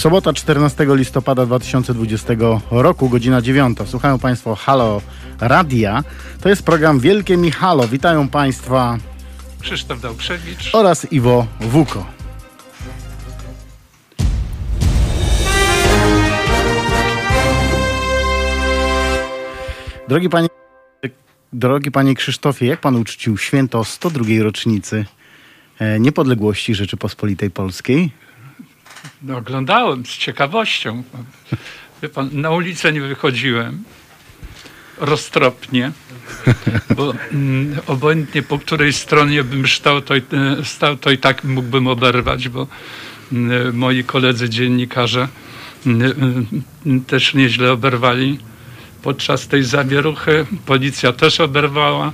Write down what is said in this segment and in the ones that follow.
Sobota 14 listopada 2020 roku, godzina 9. Słuchają Państwo Halo Radia. To jest program Wielkie Michalo. Witają Państwa Krzysztof Dałkrzewicz oraz Iwo Wuko. Drogi Panie Krzysztofie, jak Pan uczcił święto 102. rocznicy niepodległości Rzeczypospolitej Polskiej? No, oglądałem z ciekawością. Wie pan, na ulicę nie wychodziłem roztropnie, bo obojętnie po której stronie bym stał, to i tak mógłbym oberwać, bo moi koledzy dziennikarze też nieźle oberwali podczas tej zawieruchy. Policja też oberwała.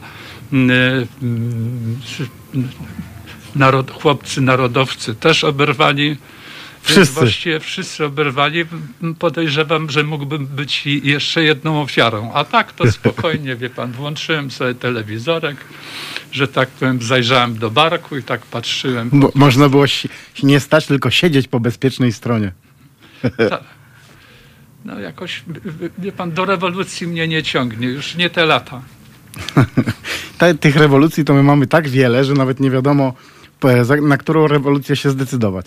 Chłopcy narodowcy też oberwali. Więc właściwie wszyscy oberwali. Podejrzewam, że mógłbym być jeszcze jedną ofiarą. A tak to spokojnie, wie pan, włączyłem sobie telewizorek, że tak powiem, zajrzałem do barku i tak patrzyłem. Bo można było nie stać, tylko siedzieć po bezpiecznej stronie. Tak. No jakoś, wie pan, do rewolucji mnie nie ciągnie, już nie te lata. Tych rewolucji to my mamy tak wiele, że nawet nie wiadomo, na którą rewolucję się zdecydować.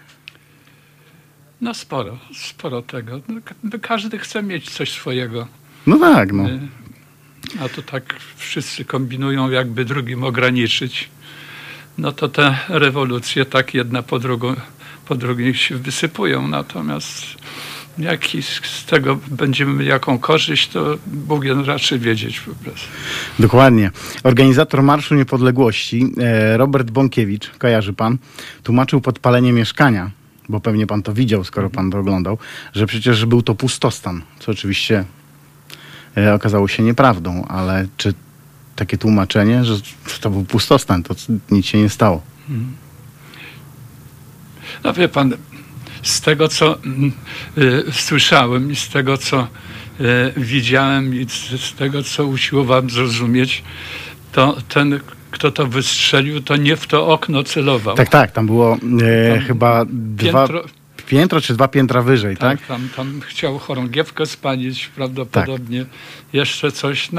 No sporo tego. Każdy chce mieć coś swojego. No tak, no. A to tak wszyscy kombinują, jakby drugim ograniczyć. No to te rewolucje tak jedna po drugiej się wysypują. Natomiast jaki z tego będziemy mieli jaką korzyść, to Bóg raczy wiedzieć po prostu. Dokładnie. Organizator Marszu Niepodległości, Robert Bąkiewicz, kojarzy pan, tłumaczył podpalenie mieszkania, bo pewnie pan to widział, skoro pan to oglądał, że przecież był to pustostan, co oczywiście okazało się nieprawdą, ale czy takie tłumaczenie, że to był pustostan, to nic się nie stało? No wie pan, z tego co słyszałem i z tego co widziałem i z tego co usiłowałem zrozumieć, to ten, kto to wystrzelił, to nie w to okno celował. Tak, tam było chyba piętro czy 2 piętra wyżej, tak? Tam chciał chorągiewkę spalić, prawdopodobnie jeszcze coś.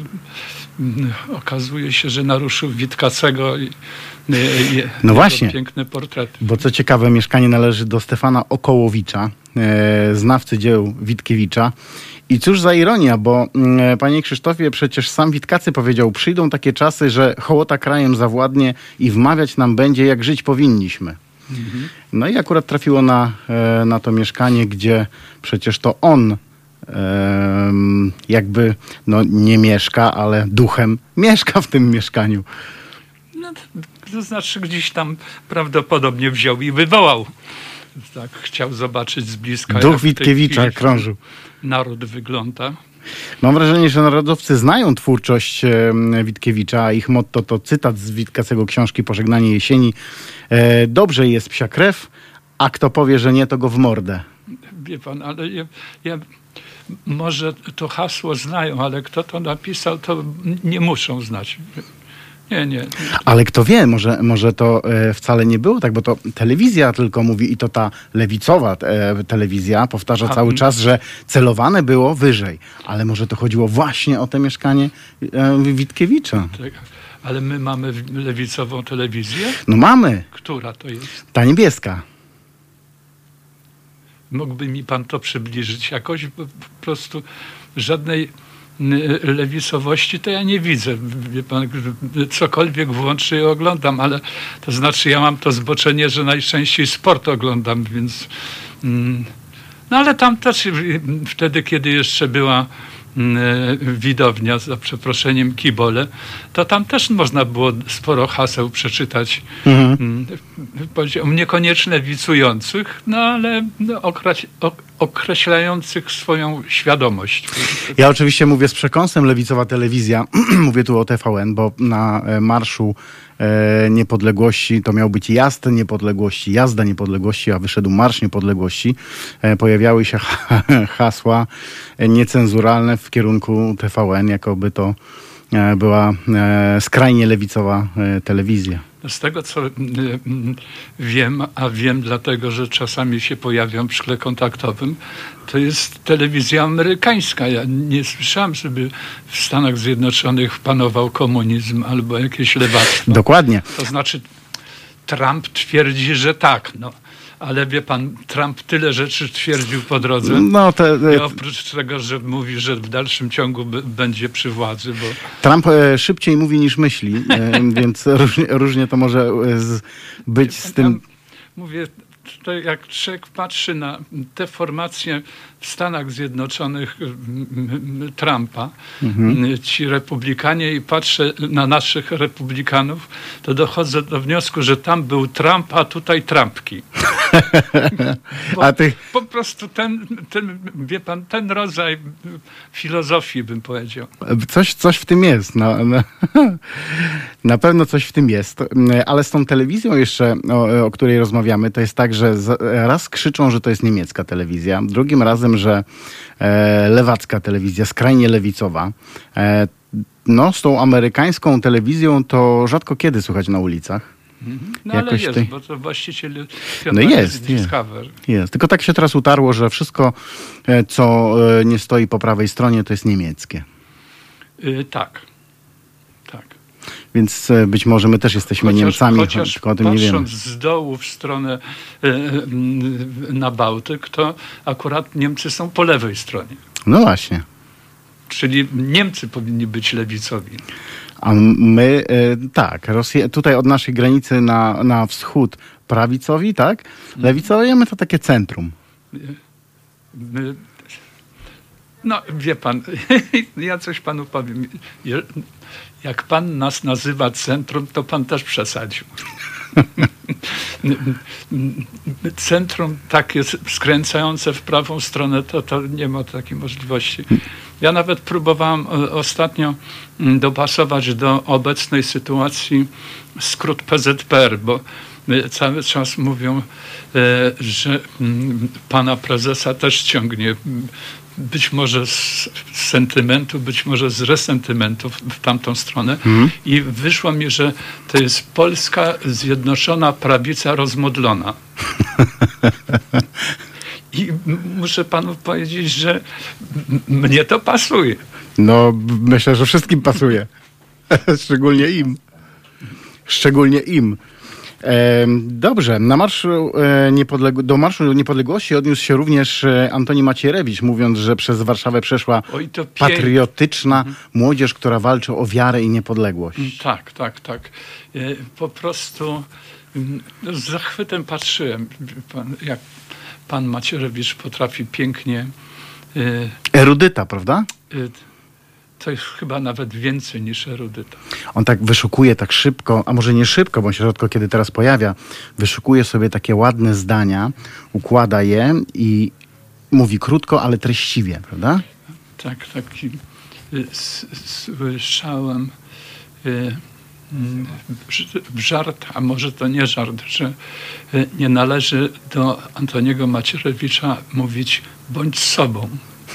Okazuje się, że naruszył Witkacego i no właśnie, piękne portrety. Bo co ciekawe, mieszkanie należy do Stefana Okołowicza, znawcy dzieł Witkiewicza. I cóż za ironia, bo panie Krzysztofie, przecież sam Witkacy powiedział, przyjdą takie czasy, że hołota krajem zawładnie i wmawiać nam będzie, jak żyć powinniśmy. No i akurat trafiło na to mieszkanie, gdzie przecież to on jakby nie mieszka, ale duchem mieszka w tym mieszkaniu. No, to znaczy gdzieś tam prawdopodobnie wziął i wywołał. Tak, chciał zobaczyć z bliska. Duch Witkiewicza krążył. Naród wygląda. Mam wrażenie, że narodowcy znają twórczość Witkiewicza, a ich motto to cytat z Witkacego książki Pożegnanie jesieni. Dobrze jest psia krew, a kto powie, że nie, to go w mordę. Wie pan, ale ja może to hasło znają, ale kto to napisał, to nie muszą znać. Nie. Ale kto wie, może to wcale nie było tak, bo to telewizja tylko mówi i to ta lewicowa telewizja powtarza cały czas, że celowane było wyżej. Ale może to chodziło właśnie o te mieszkanie Witkiewicza. Tak, ale my mamy lewicową telewizję? No mamy. Która to jest? Ta niebieska. Mógłby mi pan to przybliżyć jakoś? Bo po prostu żadnej lewicowości to ja nie widzę. Wie pan, cokolwiek włączy i oglądam, ale to znaczy ja mam to zboczenie, że najczęściej sport oglądam, więc no ale tam też wtedy, kiedy jeszcze była widownia, za przeproszeniem Kibole, to tam też można było sporo haseł przeczytać. Niekoniecznie lewicujących, no ale określających swoją świadomość. Ja oczywiście mówię z przekąsem lewicowa telewizja. Mówię tu o TVN, bo na Marszu Niepodległości to miał być jazd niepodległości, jazda niepodległości, a wyszedł Marsz Niepodległości. Pojawiały się hasła niecenzuralne w kierunku TVN, jakoby to była skrajnie lewicowa telewizja. Z tego, co wiem, a wiem dlatego, że czasami się pojawiam w szkle kontaktowym, to jest telewizja amerykańska. Ja nie słyszałem, żeby w Stanach Zjednoczonych panował komunizm albo jakieś lewactwo. Dokładnie. To znaczy Trump twierdzi, że tak, no. Ale wie pan, Trump tyle rzeczy twierdził po drodze. No, I oprócz tego, że mówi, że w dalszym ciągu będzie przy władzy. Bo... Trump szybciej mówi niż myśli, więc różnie to może być z tym. Ja mówię, to jak człowiek patrzy na te formacje w Stanach Zjednoczonych Trumpa, ci republikanie, i patrzę na naszych republikanów, to dochodzę do wniosku, że tam był Trump, a tutaj Trumpki. Po prostu wie pan, ten rodzaj filozofii, bym powiedział. Coś w tym jest. Na pewno coś w tym jest. Ale z tą telewizją jeszcze, o której rozmawiamy, to jest tak, że raz krzyczą, że to jest niemiecka telewizja, drugim razem, że lewacka telewizja, skrajnie lewicowa. No, z tą amerykańską telewizją to rzadko kiedy słychać na ulicach. No ale jest, bo to właściciel jest. Discover. Jest. Tylko tak się teraz utarło, że wszystko, co nie stoi po prawej stronie, to jest niemieckie. Tak. Więc być może my też jesteśmy Niemcami, tylko o tym nie wiemy. Patrząc z dołu w stronę na Bałtyk, to akurat Niemcy są po lewej stronie. No właśnie. Czyli Niemcy powinni być lewicowi. A my, tak, tutaj od naszej granicy na wschód prawicowi, tak? Lewicowi, a my to takie centrum. No, wie pan, ja coś panu powiem. Jak pan nas nazywa centrum, to pan też przesadził. Centrum takie skręcające w prawą stronę, to nie ma takiej możliwości. Ja nawet próbowałem ostatnio dopasować do obecnej sytuacji skrót PZPR, bo cały czas mówią, że pana prezesa też ciągnie być może z sentymentu, być może z resentymentu w tamtą stronę. I wyszło mi, że to jest Polska Zjednoczona Prawica rozmodlona. I muszę panu powiedzieć, że mnie to pasuje. No, myślę, że wszystkim pasuje. Szczególnie im. Dobrze, do Marszu Niepodległości odniósł się również Antoni Macierewicz, mówiąc, że przez Warszawę przeszła patriotyczna młodzież, która walczy o wiarę i niepodległość. Tak. Po prostu z zachwytem patrzyłem, jak pan Macierewicz potrafi pięknie... Erudyta, prawda? To jest chyba nawet więcej niż erudyta. On tak wyszukuje tak szybko, a może nie szybko, bo się rzadko kiedy teraz pojawia, wyszukuje sobie takie ładne zdania, układa je i mówi krótko, ale treściwie, prawda? Tak. Słyszałem żart, a może to nie żart, że nie należy do Antoniego Macierewicza mówić bądź sobą.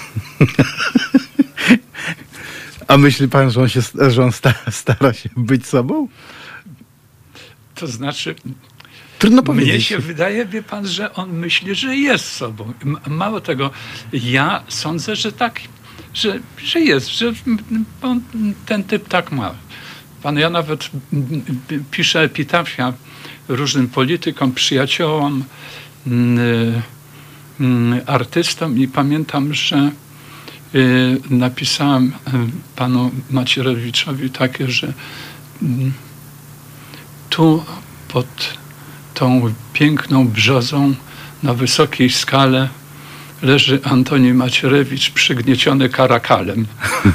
A myśli pan, że on stara się być sobą? To znaczy, trudno powiedzieć. Mnie się wydaje, wie pan, że on myśli, że jest sobą. Mało tego, ja sądzę, że tak, że jest, że on, ten typ tak ma. Pan, ja nawet piszę epitafia różnym politykom, przyjaciołom, artystom i pamiętam, że napisałem panu Macierewiczowi takie, że tu pod tą piękną brzozą na wysokiej skale leży Antoni Macierewicz przygnieciony karakalem.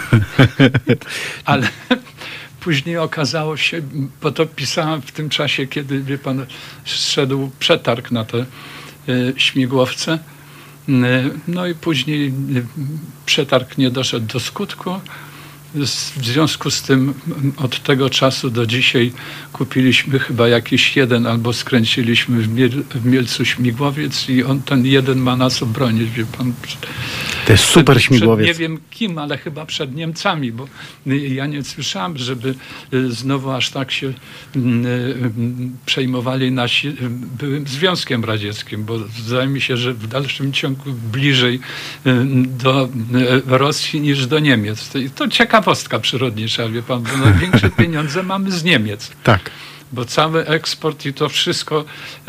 Ale później okazało się, bo to pisałem w tym czasie, kiedy, wie pan, szedł przetarg na te śmigłowce. No i później przetarg nie doszedł do skutku. W związku z tym od tego czasu do dzisiaj kupiliśmy chyba jakiś jeden albo skręciliśmy w Mielcu śmigłowiec i ten jeden ma nas obronić, wie pan. To jest super śmigłowiec. Nie wiem kim, ale chyba przed Niemcami, bo ja nie słyszałem, żeby znowu aż tak się przejmowali nasi byłym Związkiem Radzieckim, bo zdaje mi się, że w dalszym ciągu bliżej do Rosji niż do Niemiec. To ciekawostka przyrodnicza, wie pan, bo największe pieniądze mamy z Niemiec. Tak. Bo cały eksport i to wszystko,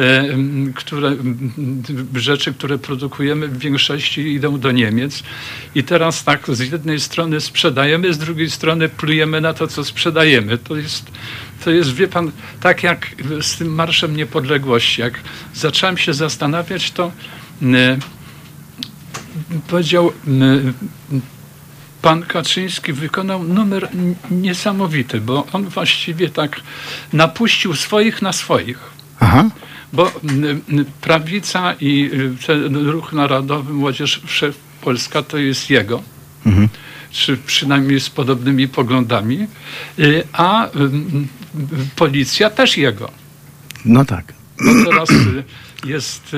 rzeczy, które produkujemy w większości idą do Niemiec. I teraz tak z jednej strony sprzedajemy, z drugiej strony plujemy na to, co sprzedajemy. To jest, wie pan, tak jak z tym Marszem Niepodległości. Jak zacząłem się zastanawiać, to powiedział pan Kaczyński wykonał numer niesamowity, bo on właściwie tak napuścił swoich na swoich. Aha. Bo prawica i ten ruch narodowy Młodzież Wszechpolska to jest jego, czy przynajmniej z podobnymi poglądami, a policja też jego. No tak. Bo teraz jest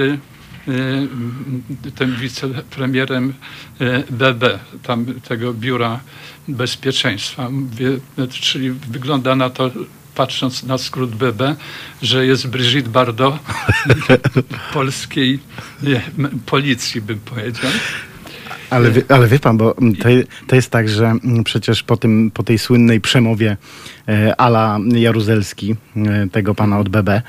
tym wicepremierem BB, tam tego Biura Bezpieczeństwa. Czyli wygląda na to, patrząc na skrót BB, że jest Brigitte Bardot polskiej policji, bym powiedział. Ale wie pan, bo to jest tak, że przecież po tej słynnej przemowie ala Jaruzelski, tego pana od BB,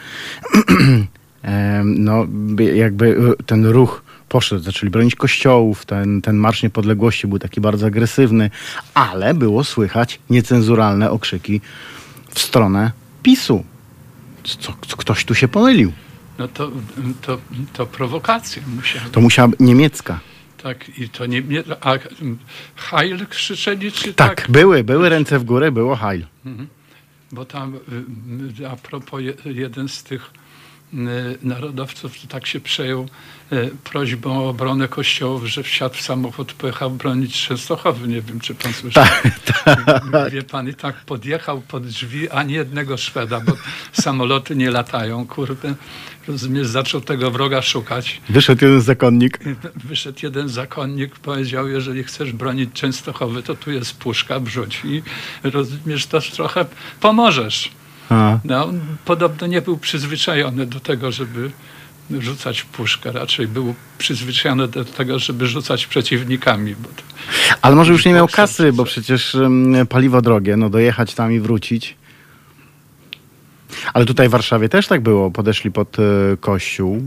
no jakby ten ruch poszedł, zaczęli bronić kościołów, ten Marsz Niepodległości był taki bardzo agresywny, ale było słychać niecenzuralne okrzyki w stronę PiS-u. Ktoś tu się pomylił. No to prowokacja musiała. To musiała niemiecka. Tak, i to nie... A Heil krzyczeli, czy tak? Tak, były ręce w górę, było Heil. Bo tam a propos jeden z tych narodowców tak się przejął prośbą o obronę kościołów, że wsiadł w samochód, pojechał bronić Częstochowy. Nie wiem, czy pan słyszał. Wie pan, i tak podjechał pod drzwi, ani jednego Szweda, bo samoloty nie latają, kurde. Rozumiesz, zaczął tego wroga szukać. Wyszedł jeden zakonnik, powiedział, jeżeli chcesz bronić Częstochowy, to tu jest puszka, wrzuć i rozumiesz, to trochę pomożesz. No, on podobno nie był przyzwyczajony do tego, żeby rzucać puszkę. Raczej był przyzwyczajony do tego, żeby rzucać przeciwnikami. Ale może już nie miał kasy, bo przecież paliwo drogie. No dojechać tam i wrócić. Ale tutaj w Warszawie też tak było. Podeszli pod kościół.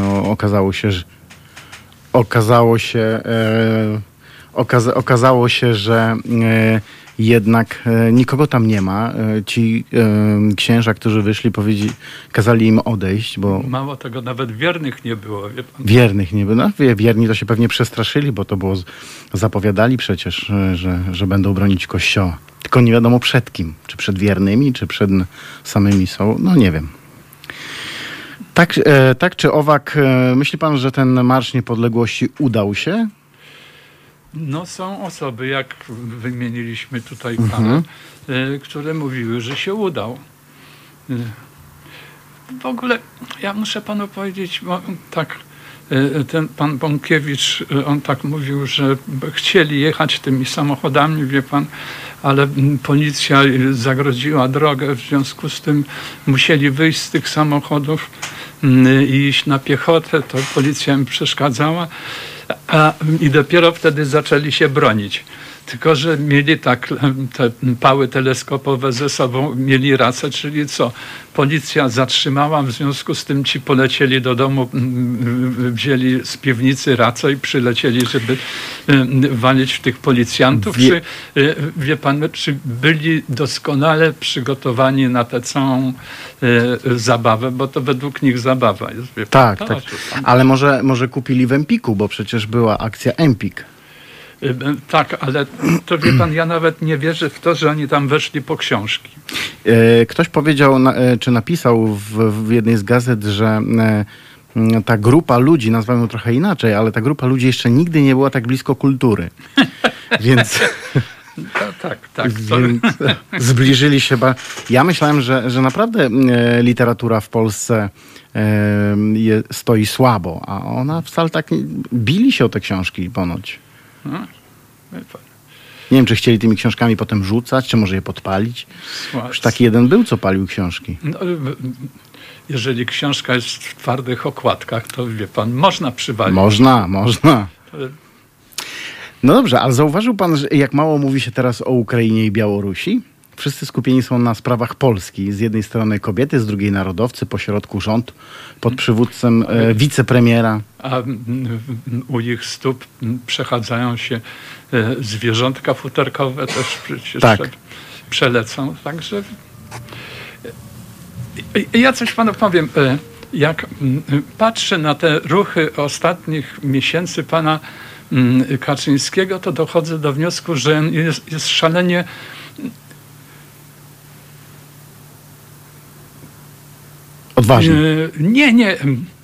Okazało się, że jednak nikogo tam nie ma. Ci księża, którzy wyszli, kazali im odejść, bo... Mało tego, nawet wiernych nie było, wie pan. Wiernych nie było. No, wierni to się pewnie przestraszyli, bo to było... Zapowiadali przecież, że będą bronić Kościoła. Tylko nie wiadomo przed kim. Czy przed wiernymi, czy przed samymi są. No nie wiem. Tak czy owak, myśli pan, że ten Marsz Niepodległości udał się? No są osoby, jak wymieniliśmy tutaj pana, które mówiły, że się udał. W ogóle ja muszę panu powiedzieć, bo tak ten pan Bąkiewicz, on tak mówił, że chcieli jechać tymi samochodami, wie pan, ale policja zagrodziła drogę, w związku z tym musieli wyjść z tych samochodów i iść na piechotę, to policja im przeszkadzała. I dopiero wtedy zaczęli się bronić. Tylko że mieli tak te pały teleskopowe ze sobą, mieli rację, czyli co? Policja zatrzymała, w związku z tym ci polecieli do domu, wzięli z piwnicy racę i przylecieli, żeby walić w tych policjantów. Wie pan, czy byli doskonale przygotowani na tę całą zabawę, bo to według nich zabawa jest. Wie pan, tak. Ale może kupili w Empiku, bo przecież była akcja Empik. Tak, ale to wie pan, ja nawet nie wierzę w to, że oni tam weszli po książki. Ktoś powiedział, czy napisał w jednej z gazet, że ta grupa ludzi, nazwałem ją trochę inaczej, ale ta grupa ludzi jeszcze nigdy nie była tak blisko kultury. Więc... Tak. Więc zbliżyli się. Ja myślałem, że naprawdę literatura w Polsce stoi słabo, a ona wcale tak... Bili się o te książki ponoć. No, wie pan. Nie wiem, czy chcieli tymi książkami potem rzucać, czy może je podpalić. Już taki jeden był, co palił książki. No, jeżeli książka jest w twardych okładkach, to wie pan, można przywalić. Można. Ale No dobrze, ale zauważył pan, że jak mało mówi się teraz o Ukrainie i Białorusi? Wszyscy skupieni są na sprawach Polski. Z jednej strony kobiety, z drugiej narodowcy, pośrodku rząd pod przywództwem wicepremiera. A u ich stóp przechadzają się zwierzątka futerkowe, też przecież Tak. przelecą. Także ja coś panu powiem. Jak patrzę na te ruchy ostatnich miesięcy pana Kaczyńskiego, to dochodzę do wniosku, że jest szalenie Odważnie. Nie.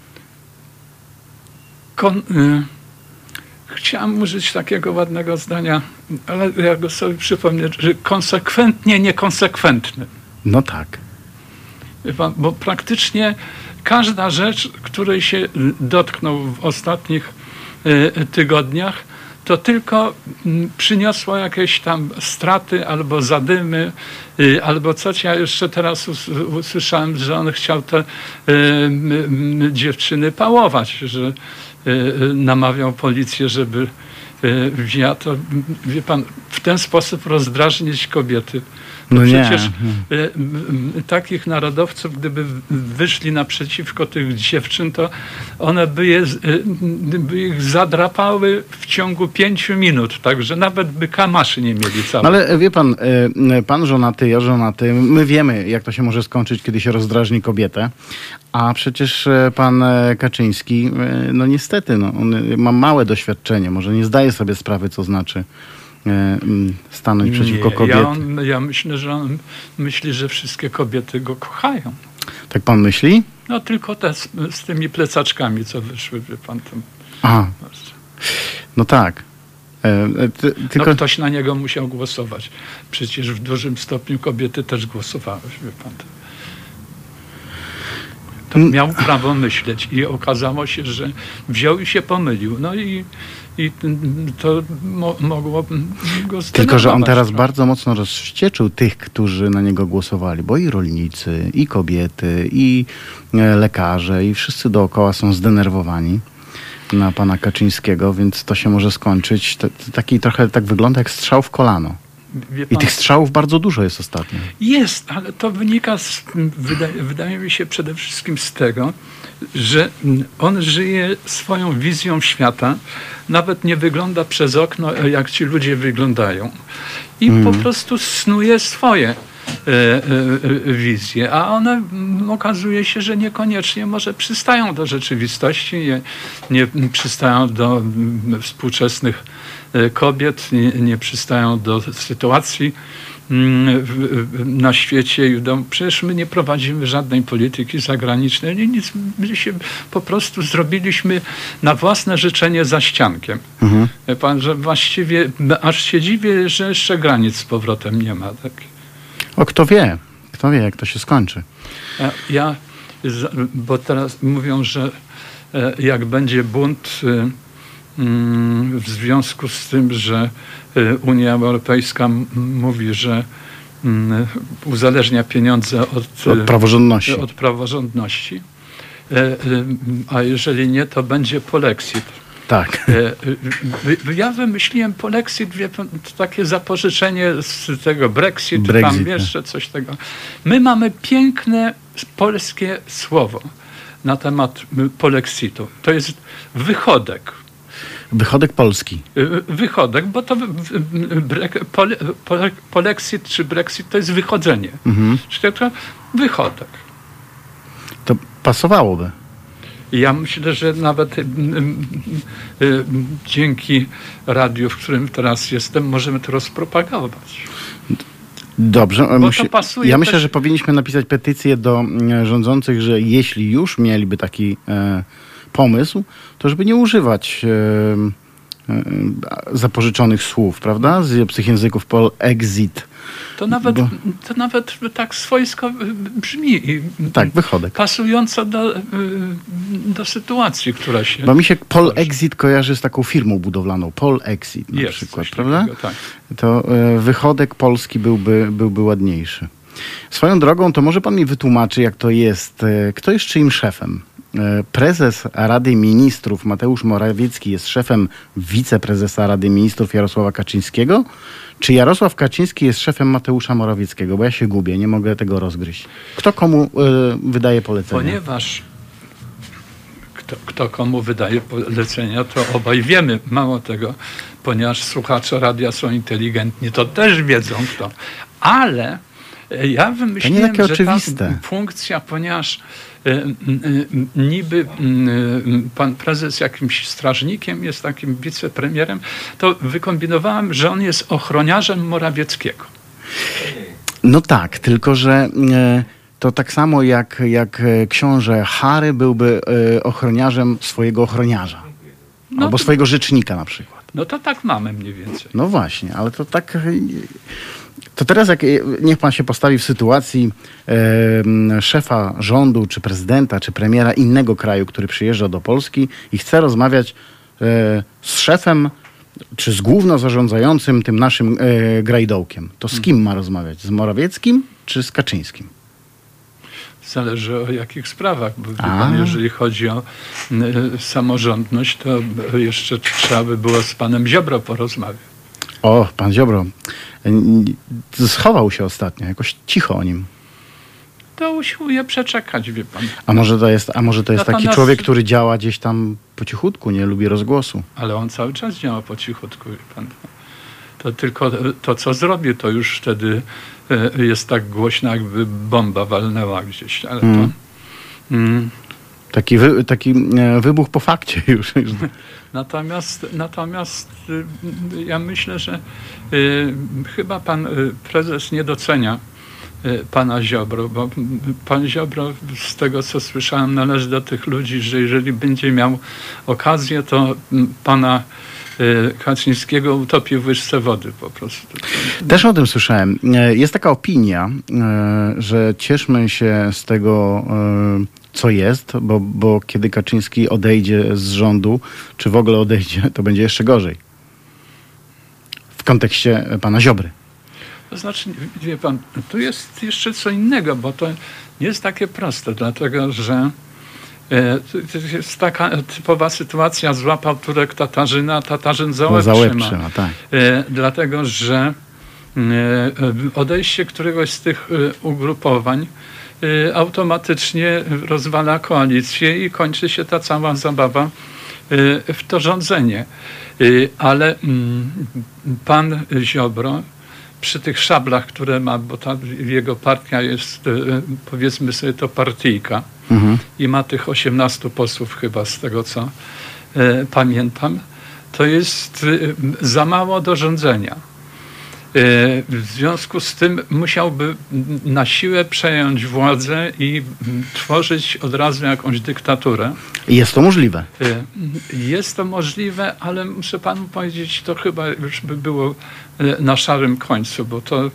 Chciałem użyć takiego ładnego zdania, ale ja go sobie przypomnę, że konsekwentnie niekonsekwentny. No tak. Wie pan, bo praktycznie każda rzecz, której się dotknął w ostatnich tygodniach, to tylko przyniosło jakieś tam straty albo zadymy, albo coś. Ja jeszcze teraz usłyszałem, że on chciał te dziewczyny pałować, że namawiał policję, żeby wzięła to, wie pan, w ten sposób rozdrażnić kobiety. No Przecież nie. Takich narodowców, gdyby wyszli naprzeciwko tych dziewczyn, to one by ich zadrapały w ciągu 5 minut. Także nawet by kamaszy nie mieli całej. No ale wie pan, pan żonaty, ja żonaty, my wiemy, jak to się może skończyć, kiedy się rozdrażni kobietę. A przecież pan Kaczyński, no niestety, no, on ma małe doświadczenie. Może nie zdaje sobie sprawy, co znaczy stanąć przeciwko kobiecie. Ja myślę, że on myśli, że wszystkie kobiety go kochają. Tak pan myśli? No tylko te z tymi plecaczkami, co wyszły, wie pan tam. Aha, no tak. Tylko... No ktoś na niego musiał głosować. Przecież w dużym stopniu kobiety też głosowały, wie pan. To miał prawo myśleć i okazało się, że wziął i się pomylił. No i to mogło go zdenerwować. Tylko że on teraz bardzo mocno rozwścieczył tych, którzy na niego głosowali, bo i rolnicy, i kobiety, i lekarze, i wszyscy dookoła są zdenerwowani na pana Kaczyńskiego, więc to się może skończyć. Taki trochę tak wygląda jak strzał w kolano. I tych strzałów bardzo dużo jest ostatnio. Jest, ale to wynika, wydaje mi się przede wszystkim z tego, że on żyje swoją wizją świata, nawet nie wygląda przez okno, jak ci ludzie wyglądają. I po prostu snuje swoje wizje, a one okazuje się, że niekoniecznie może przystają do rzeczywistości, nie przystają do współczesnych kobiet, nie przystają do sytuacji na świecie. Przecież my nie prowadzimy żadnej polityki zagranicznej, nic. My się po prostu zrobiliśmy na własne życzenie za ściankiem. Pan, że właściwie aż się dziwię, że jeszcze granic z powrotem nie ma. Tak? O, kto wie, jak to się skończy. Bo teraz mówią, że jak będzie bunt w związku z tym, że Unia Europejska mówi, że uzależnia pieniądze od praworządności, a jeżeli nie, to będzie polexit. Tak. Ja wymyśliłem polexit, wie pan, takie zapożyczenie z tego Brexit, tam jeszcze coś tego. My mamy piękne polskie słowo na temat polexitu. To jest wychodek. Wychodek polski. Wychodek, bo to polexit czy Brexit to jest wychodzenie. Czyli to wychodek. To pasowałoby. Ja myślę, że nawet dzięki radiu, w którym teraz jestem, możemy to rozpropagować. Dobrze. Ja myślę, też... że powinniśmy napisać petycję do rządzących, że jeśli już mieliby taki pomysł, to żeby nie używać zapożyczonych słów, prawda? Z obcych języków polexit To nawet tak swojsko brzmi. Tak, wychodek. Pasująco do sytuacji, która się... Bo mi się Polexit kojarzy z taką firmą budowlaną. Polexit na przykład, prawda? Takiego, tak. To wychodek polski byłby ładniejszy. Swoją drogą, to może pan mi wytłumaczy, jak to jest. Kto jest czyim szefem? Prezes Rady Ministrów Mateusz Morawiecki jest szefem wiceprezesa Rady Ministrów Jarosława Kaczyńskiego? Czy Jarosław Kaczyński jest szefem Mateusza Morawieckiego? Bo ja się gubię, nie mogę tego rozgryźć. Kto komu wydaje polecenia? Ponieważ kto komu wydaje polecenia, to obaj wiemy. Mało tego, ponieważ słuchacze radia są inteligentni, to też wiedzą kto. Ale ja wymyśliłem, że oczywiste. Ta funkcja, ponieważ niby pan prezes jakimś strażnikiem jest takim wicepremierem, to wykombinowałem, że on jest ochroniarzem Morawieckiego. No tak, tylko że to tak samo jak książę Harry byłby ochroniarzem swojego ochroniarza. No albo to, swojego rzecznika na przykład. No to tak mamy mniej więcej. No właśnie, ale to tak... To teraz niech pan się postawi w sytuacji szefa rządu, czy prezydenta, czy premiera innego kraju, który przyjeżdża do Polski i chce rozmawiać z szefem, czy z głównozarządzającym tym naszym grajdołkiem. To z kim ma rozmawiać? Z Morawieckim, czy z Kaczyńskim? Zależy o jakich sprawach. Bo pan, jeżeli chodzi o samorządność, to jeszcze trzeba by było z panem Ziobro porozmawiać. O, pan Ziobro schował się ostatnio, jakoś cicho o nim. To usiłuje przeczekać, wie pan. A może to jest Natomiast taki człowiek, który działa gdzieś tam po cichutku, nie lubi rozgłosu. Ale on cały czas działa po cichutku, wie pan. To tylko to, co zrobił, to już wtedy jest tak głośno, jakby bomba walnęła gdzieś. Ale to... Taki wybuch po fakcie już. Natomiast ja myślę, że chyba pan prezes nie docenia pana Ziobro, bo pan Ziobro, z tego co słyszałem, należy do tych ludzi, że jeżeli będzie miał okazję, to pana Kaczyńskiego utopi w łyżce wody po prostu. Też o tym słyszałem. Jest taka opinia, że cieszmy się z tego, co jest, bo kiedy Kaczyński odejdzie z rządu, czy w ogóle odejdzie, to będzie jeszcze gorzej. W kontekście pana Ziobry. To znaczy, wie pan, tu jest jeszcze co innego, bo to nie jest takie proste, dlatego że to jest taka typowa sytuacja, złapał Turek Tatarzyna, Tatarzyn za łeb trzyma. Tak. Dlatego, że odejście któregoś z tych ugrupowań automatycznie rozwala koalicję i kończy się ta cała zabawa w to rządzenie. Ale pan Ziobro przy tych szablach, które ma, bo ta jego partia jest, powiedzmy sobie, to partyjka i ma tych 18 posłów chyba, z tego co pamiętam, to jest za mało do rządzenia. W związku z tym musiałby na siłę przejąć władzę i tworzyć od razu jakąś dyktaturę. Jest to możliwe. Jest to możliwe, ale muszę panu powiedzieć, to chyba już by było na końcu, bo to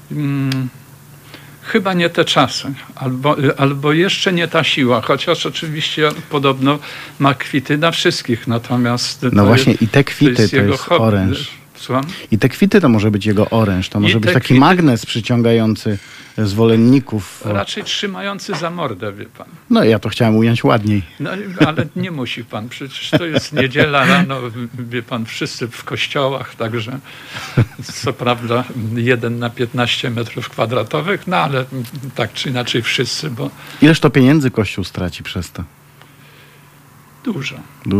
chyba nie te czasy, albo jeszcze nie ta siła, chociaż oczywiście podobno ma kwity na wszystkich, natomiast... No właśnie i te kwity to jest oręż. Słucham? I te kwity to może być jego oręż, to może być taki magnes przyciągający zwolenników. Raczej trzymający za mordę, wie pan. No ja to chciałem ująć ładniej. No, ale nie musi pan, przecież to jest niedziela rano, wie pan, wszyscy w kościołach, także co prawda 1 na 15 metrów kwadratowych, no ale tak czy inaczej wszyscy, bo... Ileż to pieniędzy Kościół straci przez to? Dużo.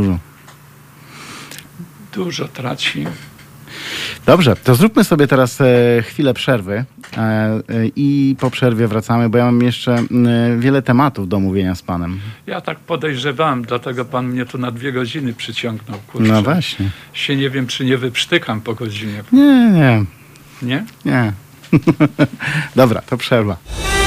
Dużo traci. Dobrze, to zróbmy sobie teraz chwilę przerwy i po przerwie wracamy, bo ja mam jeszcze wiele tematów do omówienia z panem. Ja tak podejrzewałem, dlatego pan mnie tu na 2 godziny przyciągnął. Kurczę. No właśnie. Się nie wiem, czy nie wyprztykam po godzinie. Nie. Nie? Nie. Dobra, to przerwa.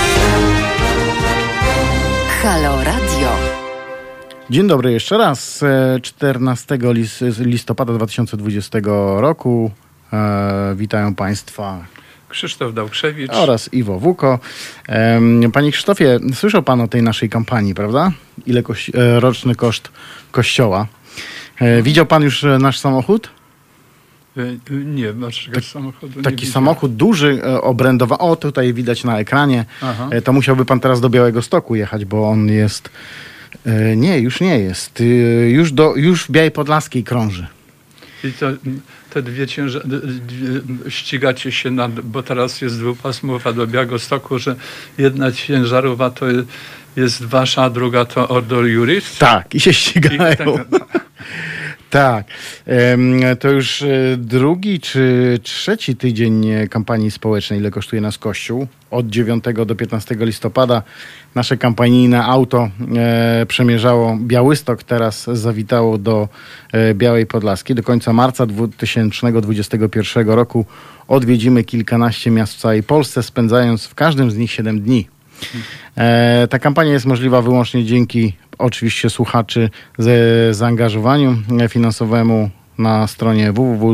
Halo Radio. Dzień dobry jeszcze raz. 14 listopada 2020 roku. Witają Państwa Krzysztof Dałkrzewicz. Oraz Iwo Wuko. Panie Krzysztofie, słyszał pan o tej naszej kampanii, prawda? Ile roczny koszt kościoła? Widział pan już nasz samochód? Nie, naszego samochodu nie Taki widziałem. samochód duży, obrędowany. O, tutaj widać na ekranie. Aha. To musiałby pan teraz do Białegostoku jechać, bo on jest... Nie, już nie jest. Już w Białej Podlaskiej krąży. I te dwie ścigacie się, bo teraz jest dwupasmowa do Białegostoku, że jedna ciężarówka to jest wasza, a druga to Ordo Iuris. Tak, i się ścigają. Tak. To już drugi czy trzeci tydzień kampanii społecznej, ile kosztuje nas Kościół. Od 9 do 15 listopada nasze kampanijne auto przemierzało Białystok, teraz zawitało do Białej Podlaskiej. Do końca marca 2021 roku odwiedzimy kilkanaście miast w całej Polsce, spędzając w każdym z nich 7 dni. Ta kampania jest możliwa wyłącznie dzięki oczywiście słuchaczy zaangażowaniu finansowemu na stronie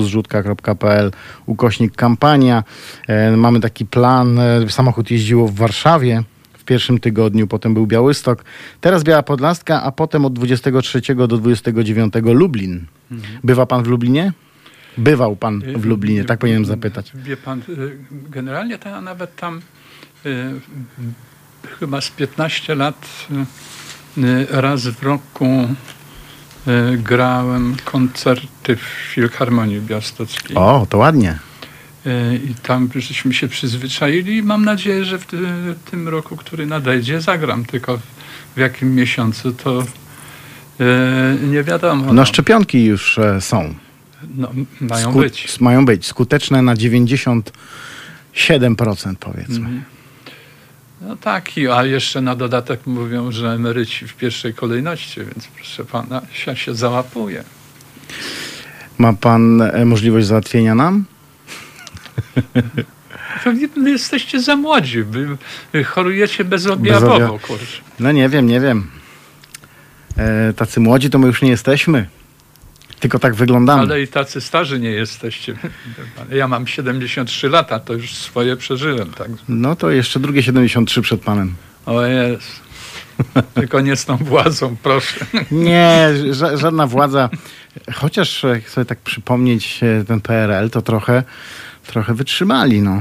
www.zrzutka.pl/kampania. Mamy taki plan. Samochód jeździło w Warszawie w pierwszym tygodniu, potem był Białystok, teraz Biała Podlaska, a potem od 23 do 29 Lublin. Bywa pan w Lublinie? Bywał pan w Lublinie, tak powinienem zapytać. Wie pan, generalnie to ja nawet tam chyba z 15 lat raz w roku grałem koncerty w Filharmonii Białostockiej. O, to ładnie. I tam żeśmy się przyzwyczaili i mam nadzieję, że w tym roku, który nadejdzie, zagram. Tylko w jakim miesiącu to nie wiadomo. No szczepionki już są. No, mają być. Mają być. Skuteczne na 97%, powiedzmy. No tak, a jeszcze na dodatek mówią, że emeryci w pierwszej kolejności, więc proszę pana, się załapuje. Ma pan możliwość załatwienia nam? Wy jesteście za młodzi, wy chorujecie bezobjawowo, kurczę. No nie wiem. Tacy młodzi to my już nie jesteśmy. Tylko tak wyglądamy. Ale i tacy starzy nie jesteście. Ja mam 73 lata, to już swoje przeżyłem. Tak? No to jeszcze drugie 73 przed panem. O jest. Tylko nie z tą władzą, proszę. Nie, żadna władza. Chociaż jak sobie tak przypomnieć ten PRL, to trochę wytrzymali, no.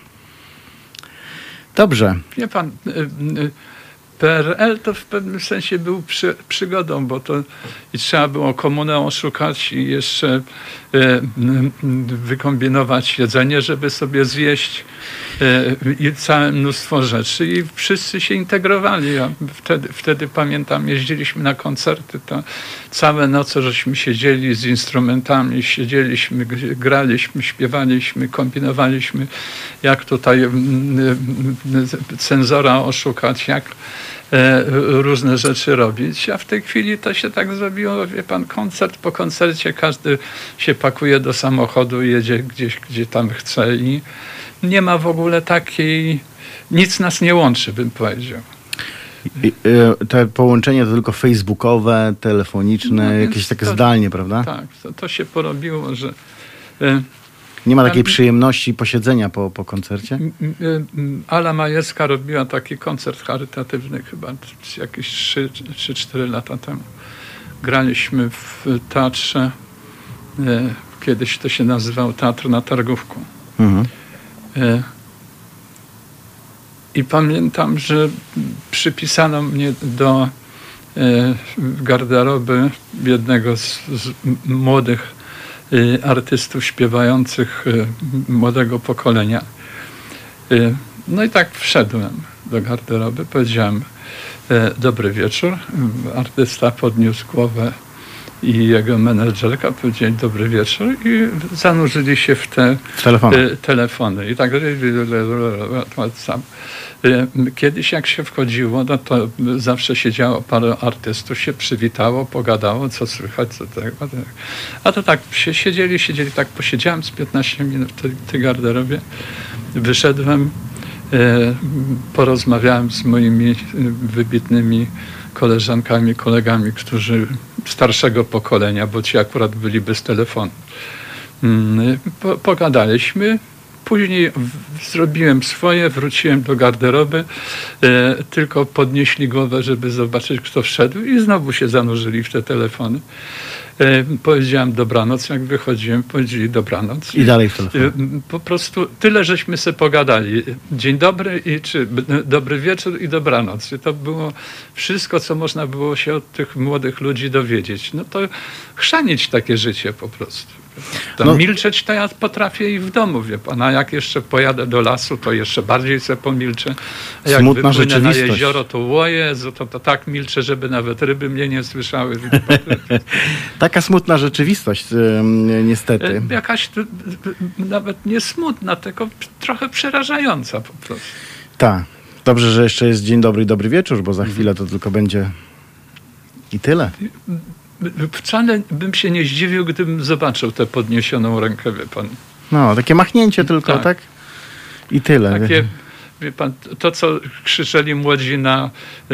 Dobrze. Wie pan, PRL to w pewnym sensie był przygodą, bo to i trzeba było komunę oszukać i jeszcze wykombinować jedzenie, żeby sobie zjeść i całe mnóstwo rzeczy i wszyscy się integrowali. Ja wtedy pamiętam, jeździliśmy na koncerty, to całe noce żeśmy siedzieli z instrumentami, siedzieliśmy, graliśmy, śpiewaliśmy, kombinowaliśmy, jak tutaj cenzora oszukać, jak różne rzeczy robić, a w tej chwili to się tak zrobiło, wie pan, koncert po koncercie, każdy się pakuje do samochodu i jedzie gdzieś, gdzie tam chce i nie ma w ogóle takiej, nic nas nie łączy, bym powiedział. Te połączenie to tylko facebookowe, telefoniczne, jakieś takie zdalnie, prawda? Tak, to się porobiło, że... Nie ma takiej przyjemności posiedzenia po koncercie? Ala Majewska robiła taki koncert charytatywny chyba jakieś 3-4 lata temu. Graliśmy w teatrze, kiedyś to się nazywał Teatr na Targówku. I pamiętam, że przypisano mnie do garderoby jednego z młodych artystów śpiewających młodego pokolenia. No i tak wszedłem do garderoby, powiedziałem dobry wieczór. Artysta podniósł głowę i jego menedżerka powiedzieli dobry wieczór i zanurzyli się w te telefony. I tak kiedyś jak się wchodziło, no to zawsze siedziało parę artystów, się przywitało, pogadało, co słychać, co tego. A to tak siedzieli, tak posiedziałem z 15 minut w tej garderobie, wyszedłem, porozmawiałem z moimi wybitnymi koleżankami, kolegami, którzy starszego pokolenia, bo ci akurat byli bez telefonu. Pogadaliśmy, Później zrobiłem swoje, wróciłem do garderoby, tylko podnieśli głowę, żeby zobaczyć, kto wszedł i znowu się zanurzyli w te telefony. Powiedziałem dobranoc, jak wychodziłem, powiedzieli dobranoc. I dalej w telefonie. Po prostu tyle, żeśmy sobie pogadali. Dzień dobry czy dobry wieczór i dobranoc. I to było wszystko, co można było się od tych młodych ludzi dowiedzieć. No to chrzanić takie życie po prostu. Milczeć to ja potrafię i w domu, wie pan. A jak jeszcze pojadę do lasu, to jeszcze bardziej sobie pomilczę. A jak Smutna wypłynę na rzeczywistość. jezioro, to Jezu, to tak milczę, żeby nawet ryby mnie nie słyszały. Taka smutna rzeczywistość, niestety. Jakaś nawet nie smutna, tylko trochę przerażająca po prostu. Tak. Dobrze, że jeszcze jest dzień dobry i dobry wieczór, bo za chwilę to tylko będzie i tyle. Wcale bym się nie zdziwił, gdybym zobaczył tę podniesioną rękę, wie pan. No, takie machnięcie tylko, tak? I tyle. Takie, wie pan, to co krzyczeli młodzi na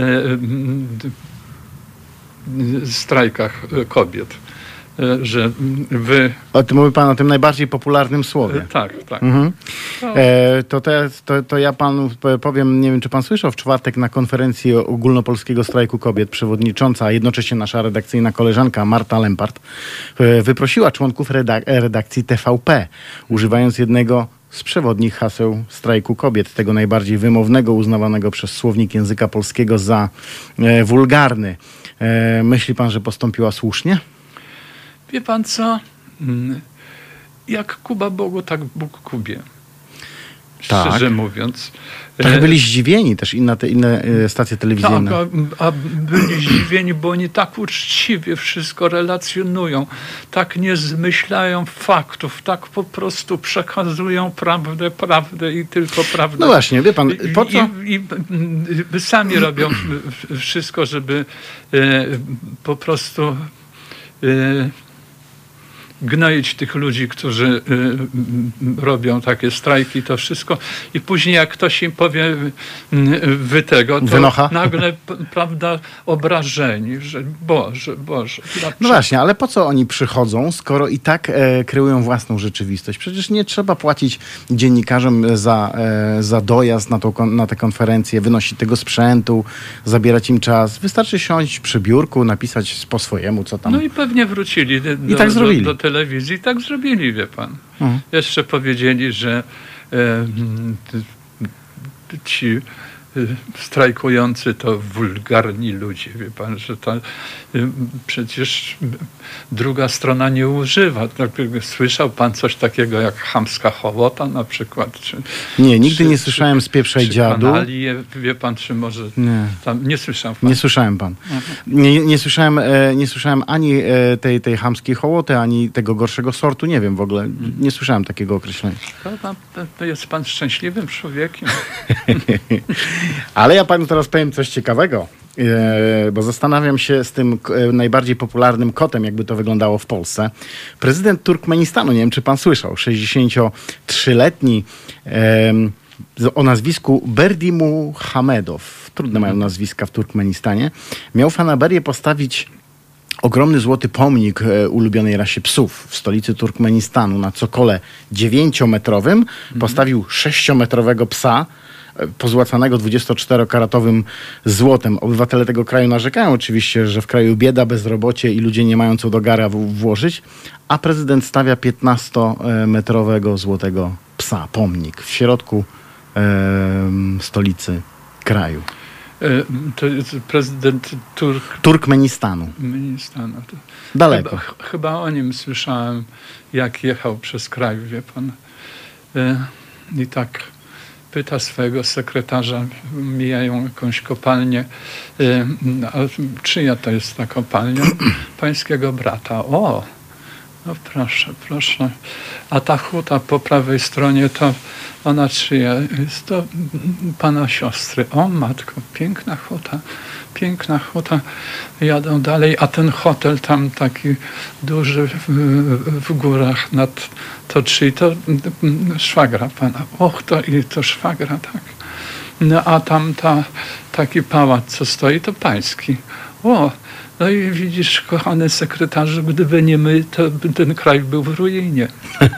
strajkach kobiet, że wy... Mówi pan o tym najbardziej popularnym słowie. Tak. Mhm. To ja panu powiem, nie wiem, czy pan słyszał, w czwartek na konferencji Ogólnopolskiego Strajku Kobiet przewodnicząca, a jednocześnie nasza redakcyjna koleżanka Marta Lempart wyprosiła członków redakcji TVP, używając jednego z przewodnich haseł strajku kobiet, tego najbardziej wymownego, uznawanego przez słownik języka polskiego za wulgarny. Myśli pan, że postąpiła słusznie? Wie pan co? Jak Kuba Bogu, tak Bóg Kubie. Szczerze mówiąc. Trochę byli zdziwieni też inne stacje telewizyjne. Tak, a byli zdziwieni, bo oni tak uczciwie wszystko relacjonują, tak nie zmyślają faktów, tak po prostu przekazują prawdę i tylko prawdę. No właśnie, wie pan, po co? I sami robią wszystko, żeby po prostu gnoić tych ludzi, którzy robią takie strajki, to wszystko. I później jak ktoś im powie to Wynocha. nagle, prawda, obrażeni, że Boże. No właśnie, ale po co oni przychodzą, skoro i tak kreują własną rzeczywistość? Przecież nie trzeba płacić dziennikarzom za dojazd na tę konferencję, wynosić tego sprzętu, zabierać im czas. Wystarczy siąść przy biurku, napisać po swojemu, co tam. No i pewnie wrócili tak zrobili. do telewizji. Tak zrobili, wie pan. Jeszcze powiedzieli, że ci strajkujący to wulgarni ludzie, wie pan, że to przecież druga strona nie używa. Słyszał pan coś takiego jak chamska hołota na przykład? Nie, nigdy nie słyszałem z Pieprzej Dziadu. Kanalię, wie pan, czy może... Nie. Tam, nie słyszał pan. Nie słyszałem pan. Nie słyszałem ani tej chamskiej hołoty, ani tego gorszego sortu. Nie wiem w ogóle. Nie słyszałem takiego określenia. To jest pan szczęśliwym człowiekiem. Ale ja panu teraz powiem coś ciekawego, bo zastanawiam się z tym najbardziej popularnym kotem, jakby to wyglądało w Polsce. Prezydent Turkmenistanu, nie wiem, czy pan słyszał, 63-letni o nazwisku Berdimuhamedow, trudne mają nazwiska w Turkmenistanie, miał w fanaberie postawić ogromny złoty pomnik ulubionej rasie psów w stolicy Turkmenistanu. Na cokole 9-metrowym postawił 6-metrowego psa, pozłacanego 24-karatowym złotem. Obywatele tego kraju narzekają oczywiście, że w kraju bieda, bezrobocie i ludzie nie mają co do gara włożyć, a prezydent stawia 15-metrowego złotego psa, pomnik w środku stolicy kraju. To jest prezydent Turkmenistanu. Daleko. Chyba o nim słyszałem, jak jechał przez kraj, wie pan. I tak pyta swojego sekretarza, mijają jakąś kopalnię. A czyja to jest ta kopalnia? Pańskiego brata. O, no proszę. A ta huta po prawej stronie, to ona czyja? Jest to pana siostry. O matko, piękna huta. Jadą dalej, a ten hotel tam taki duży w górach nad to czyj? To szwagra pana. Och, to szwagra, tak. No a tam taki pałac, co stoi, to pański. O, No i widzisz, kochany sekretarzu, gdyby nie my, to by ten kraj był w ruinie.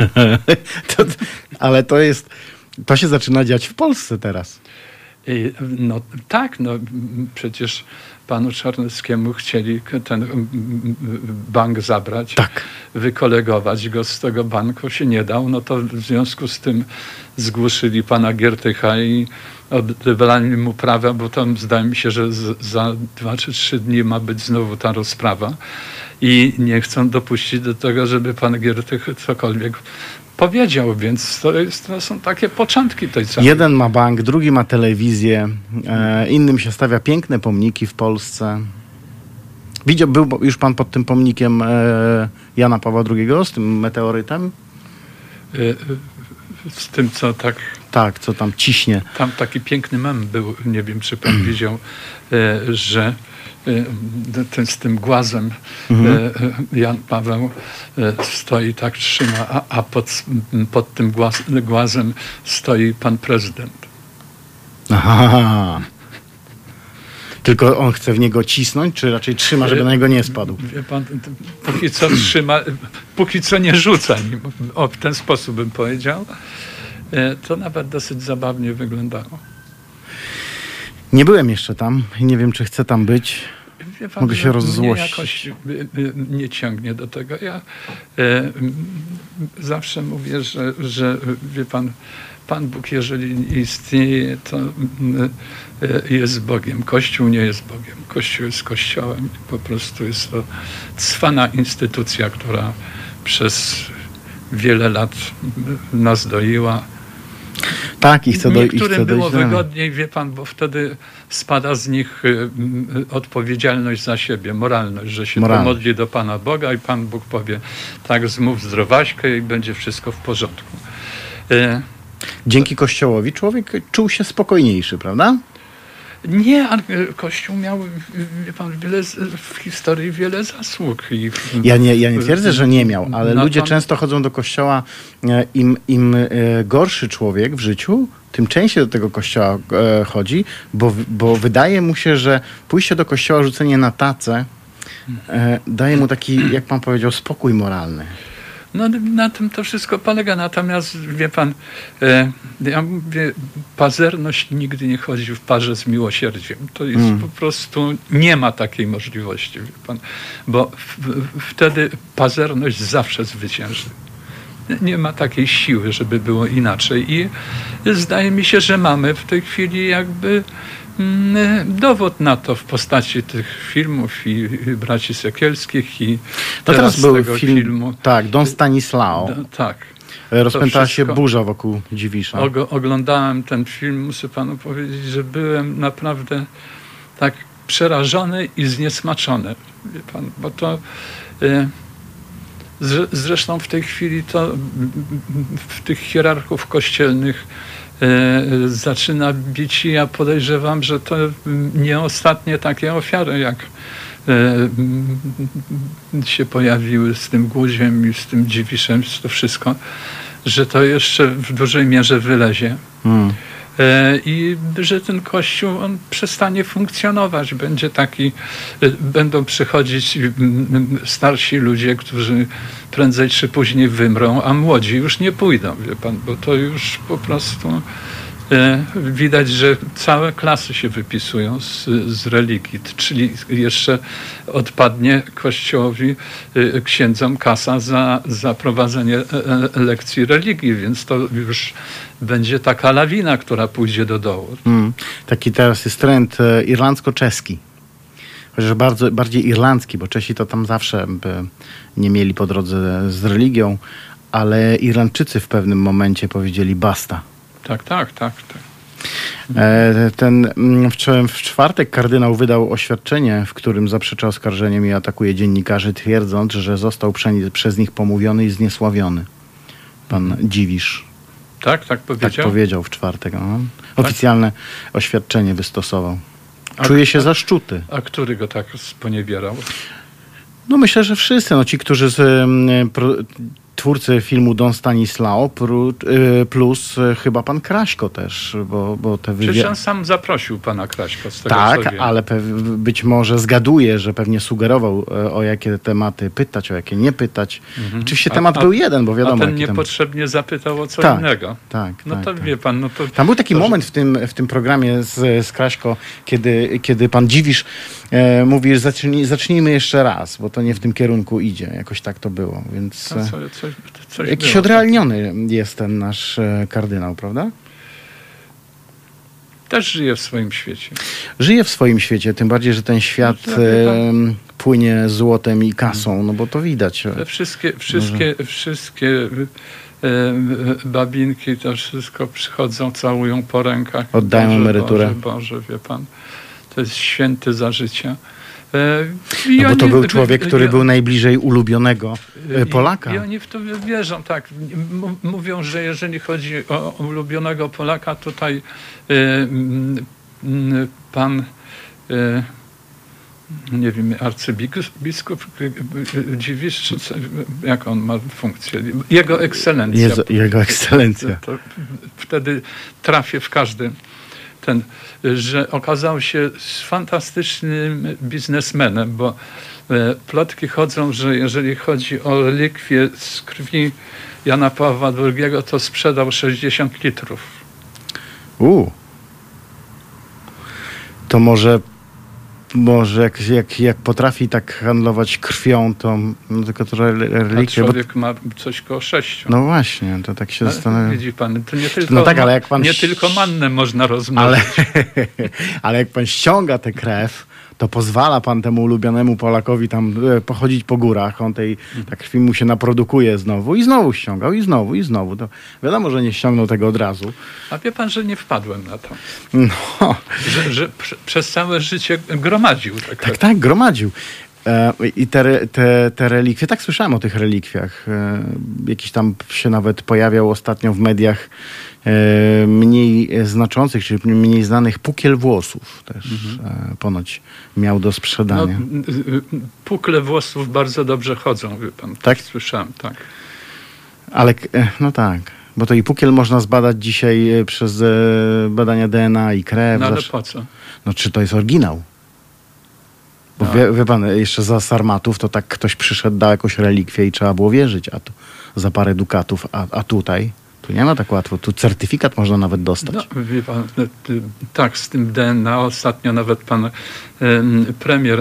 Ale to się zaczyna dziać w Polsce teraz. No tak, no przecież panu Czarneckiemu chcieli ten bank zabrać, Tak. wykolegować go z tego banku, się nie dał, no to w związku z tym zgłoszyli pana Giertycha i odebrali mu prawa, bo tam zdaje mi się, że za 2 czy 3 dni ma być znowu ta rozprawa i nie chcą dopuścić do tego, żeby pan Giertych cokolwiek powiedział, więc to są takie początki tej całej. Jeden ma bank, drugi ma telewizję, innym się stawia piękne pomniki w Polsce. Był już pan pod tym pomnikiem Jana Pawła II, z tym meteorytem? Z tym, co tak... Tak, co tam ciśnie. Tam taki piękny mem był, nie wiem, czy pan widział, że z tym głazem Jan Paweł stoi, tak trzyma, a pod tym głazem stoi pan prezydent. Aha. Tylko on chce w niego cisnąć, czy raczej trzyma, żeby na niego nie spadł? Wie pan, póki co trzyma, póki co nie rzuca nim. W ten sposób bym powiedział. To nawet dosyć zabawnie wyglądało. Nie byłem jeszcze tam i nie wiem, czy chcę tam być. Wie pan, Mogę się rozzłościć. Mnie jakoś nie ciągnie do tego. Ja zawsze mówię, że wie pan, Pan Bóg, jeżeli istnieje, to jest Bogiem. Kościół nie jest Bogiem. Kościół jest Kościołem. Po prostu jest to cwana instytucja, która przez wiele lat nas doiła. Tak, i chcę dojść. Niektórym było wygodniej, wie pan, bo wtedy spada z nich odpowiedzialność za siebie, moralność, że się pomodli do Pana Boga i Pan Bóg powie, tak, zmów zdrowaśkę i będzie wszystko w porządku. Dzięki Kościołowi człowiek czuł się spokojniejszy, prawda? Nie, ale Kościół miał, wie pan, w historii wiele zasług. Ja nie twierdzę, że nie miał, ale ludzie często chodzą do kościoła, im gorszy człowiek w życiu, tym częściej do tego kościoła chodzi, bo wydaje mu się, że pójście do kościoła, rzucenie na tacę daje mu taki, jak pan powiedział, spokój moralny. No, na tym to wszystko polega. Natomiast, wie pan, ja mówię, pazerność nigdy nie chodzi w parze z miłosierdziem. To jest po prostu, nie ma takiej możliwości, wie pan, bo wtedy pazerność zawsze zwycięży. Nie ma takiej siły, żeby było inaczej. I zdaje mi się, że mamy w tej chwili jakby dowód na to w postaci tych filmów i braci Sekielskich i to teraz był tego filmu. Tak, Don Stanislao. Tak. Rozpętała się burza wokół Dziwisza. Oglądałem ten film, muszę panu powiedzieć, że byłem naprawdę tak przerażony i zniesmaczony. Wie pan, bo to zresztą w tej chwili to w tych hierarchów kościelnych zaczyna bić i ja podejrzewam, że to nie ostatnie takie ofiary, jak się pojawiły z tym Głódziem i z tym Dziwiszem, to wszystko, że to jeszcze w dużej mierze wylezie. I że ten Kościół, on przestanie funkcjonować. Będzie taki, będą przychodzić starsi ludzie, którzy prędzej czy później wymrą, a młodzi już nie pójdą, wie pan, bo to już po prostu widać, że całe klasy się wypisują z religii, czyli jeszcze odpadnie Kościołowi, księdzom kasa za prowadzenie lekcji religii, więc to już będzie taka lawina, która pójdzie do dołu. Taki teraz jest trend irlandzko-czeski. Chociaż bardziej irlandzki, bo Czesi to tam zawsze nie mieli po drodze z religią, ale Irlandczycy w pewnym momencie powiedzieli basta. Tak. W czwartek kardynał wydał oświadczenie, w którym zaprzecza oskarżeniom i atakuje dziennikarzy, twierdząc, że został przez nich pomówiony i zniesławiony. Pan Dziwisz. Tak powiedział? Tak powiedział w czwartek. No. Oficjalne oświadczenie wystosował. Czuje się zaszczuty. A który go tak sponiewierał? No myślę, że wszyscy. No, ci, którzy twórcy filmu Don Stanislao plus chyba pan Kraśko też, bo te Przecież on sam zaprosił pana Kraśka z tego, Tak, co wiem. ale być może zgaduję, że pewnie sugerował, o jakie tematy pytać, o jakie nie pytać. Oczywiście temat był jeden, bo wiadomo. A ten jaki niepotrzebnie zapytał o co Tak, innego. tak, No tak, to tak. wie pan, no to... Tam był taki to, moment w tym programie z Kraśko, kiedy pan Dziwisz mówi, że zacznijmy jeszcze raz, bo to nie w tym kierunku idzie. Jakoś tak to było, więc coś jakiś było. odrealniony jest ten nasz kardynał, prawda? Też żyje w swoim świecie. Żyje w swoim świecie, tym bardziej, że ten świat No, wie pan. płynie złotem i kasą, no bo to widać. Te wszystkie babinki, to wszystko przychodzą, całują po rękach. Oddają emeryturę. Boże, wie pan, to jest święty za życia. No bo to był człowiek, który był najbliżej ulubionego Polaka. I oni w to wierzą, tak. Mówią, że jeżeli chodzi o ulubionego Polaka, tutaj pan nie wiem, arcybiskup Dziwisz, czy jak on ma funkcję? Jego ekscelencja. Jego ekscelencja. To wtedy trafię w każdy ten, że okazał się fantastycznym biznesmenem, bo plotki chodzą, że jeżeli chodzi o relikwie z krwi Jana Pawła II, to sprzedał 60 litrów. To może jak potrafi tak handlować krwią, to no tylko to relikwie. A człowiek ma coś koło 6. No właśnie, to tak się zastanawiam. Widzi pan, to nie tylko, no tak, ale jak pan nie tylko mannę można rozmawiać. Ale jak pan ściąga tę krew, to pozwala pan temu ulubionemu Polakowi tam pochodzić po górach. On ta krwi mu się naprodukuje znowu i znowu ściągał i znowu. To wiadomo, że nie ściągnął tego od razu. A wie pan, że nie wpadłem na to. No. Że przez całe życie gromadził. Tak, gromadził. I te relikwie, tak słyszałem o tych relikwiach. Jakiś tam się nawet pojawiał ostatnio w mediach mniej znaczących, czyli mniej znanych pukiel włosów też ponoć miał do sprzedania. No, pukle włosów bardzo dobrze chodzą, wie pan. Tak? Słyszałem, tak. Ale, no tak, bo to i pukiel można zbadać dzisiaj przez badania DNA i krew. No ale po co? No czy to jest oryginał? Bo wie pan, jeszcze za sarmatów to tak ktoś przyszedł, dał jakąś relikwię i trzeba było wierzyć, a to za parę dukatów, a tutaj... Tu nie ma tak łatwo. Tu certyfikat można nawet dostać. No, wie pan, tak, z tym DNA ostatnio nawet pan premier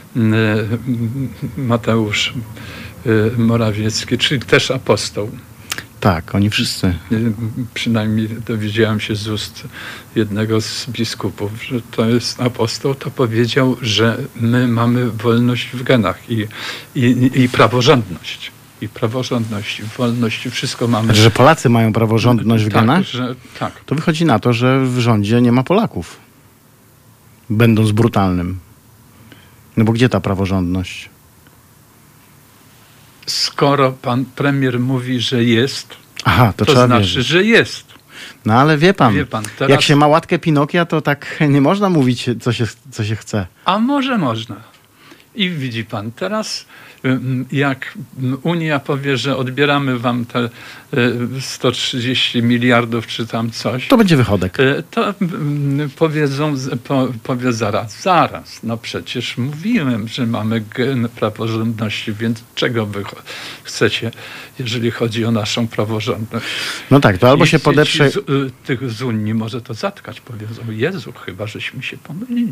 Mateusz Morawiecki, czyli też apostoł. Tak, oni wszyscy. Przynajmniej dowiedziałem się z ust jednego z biskupów, że to jest apostoł, to powiedział, że my mamy wolność w genach i praworządność. I praworządność, wolność, wszystko mamy. Że Polacy mają praworządność w genach? Tak. To wychodzi na to, że w rządzie nie ma Polaków. Będąc brutalnym. No bo gdzie ta praworządność? Skoro pan premier mówi, że jest, Aha, to trzeba znaczy, wierzyć. że jest. No ale wie pan teraz... jak się ma łatkę Pinokia, to tak nie można mówić, co się chce. A może można. I widzi pan, teraz jak Unia powie, że odbieramy wam te 130 miliardów czy tam coś, to będzie wychodek. To powie zaraz, no przecież mówiłem, że mamy gen praworządności, więc czego wy chcecie, jeżeli chodzi o naszą praworządność? No tak, to albo się podeprze... Tych z Unii może to zatkać, powiedzą, Jezu, chyba żeśmy się pomylili.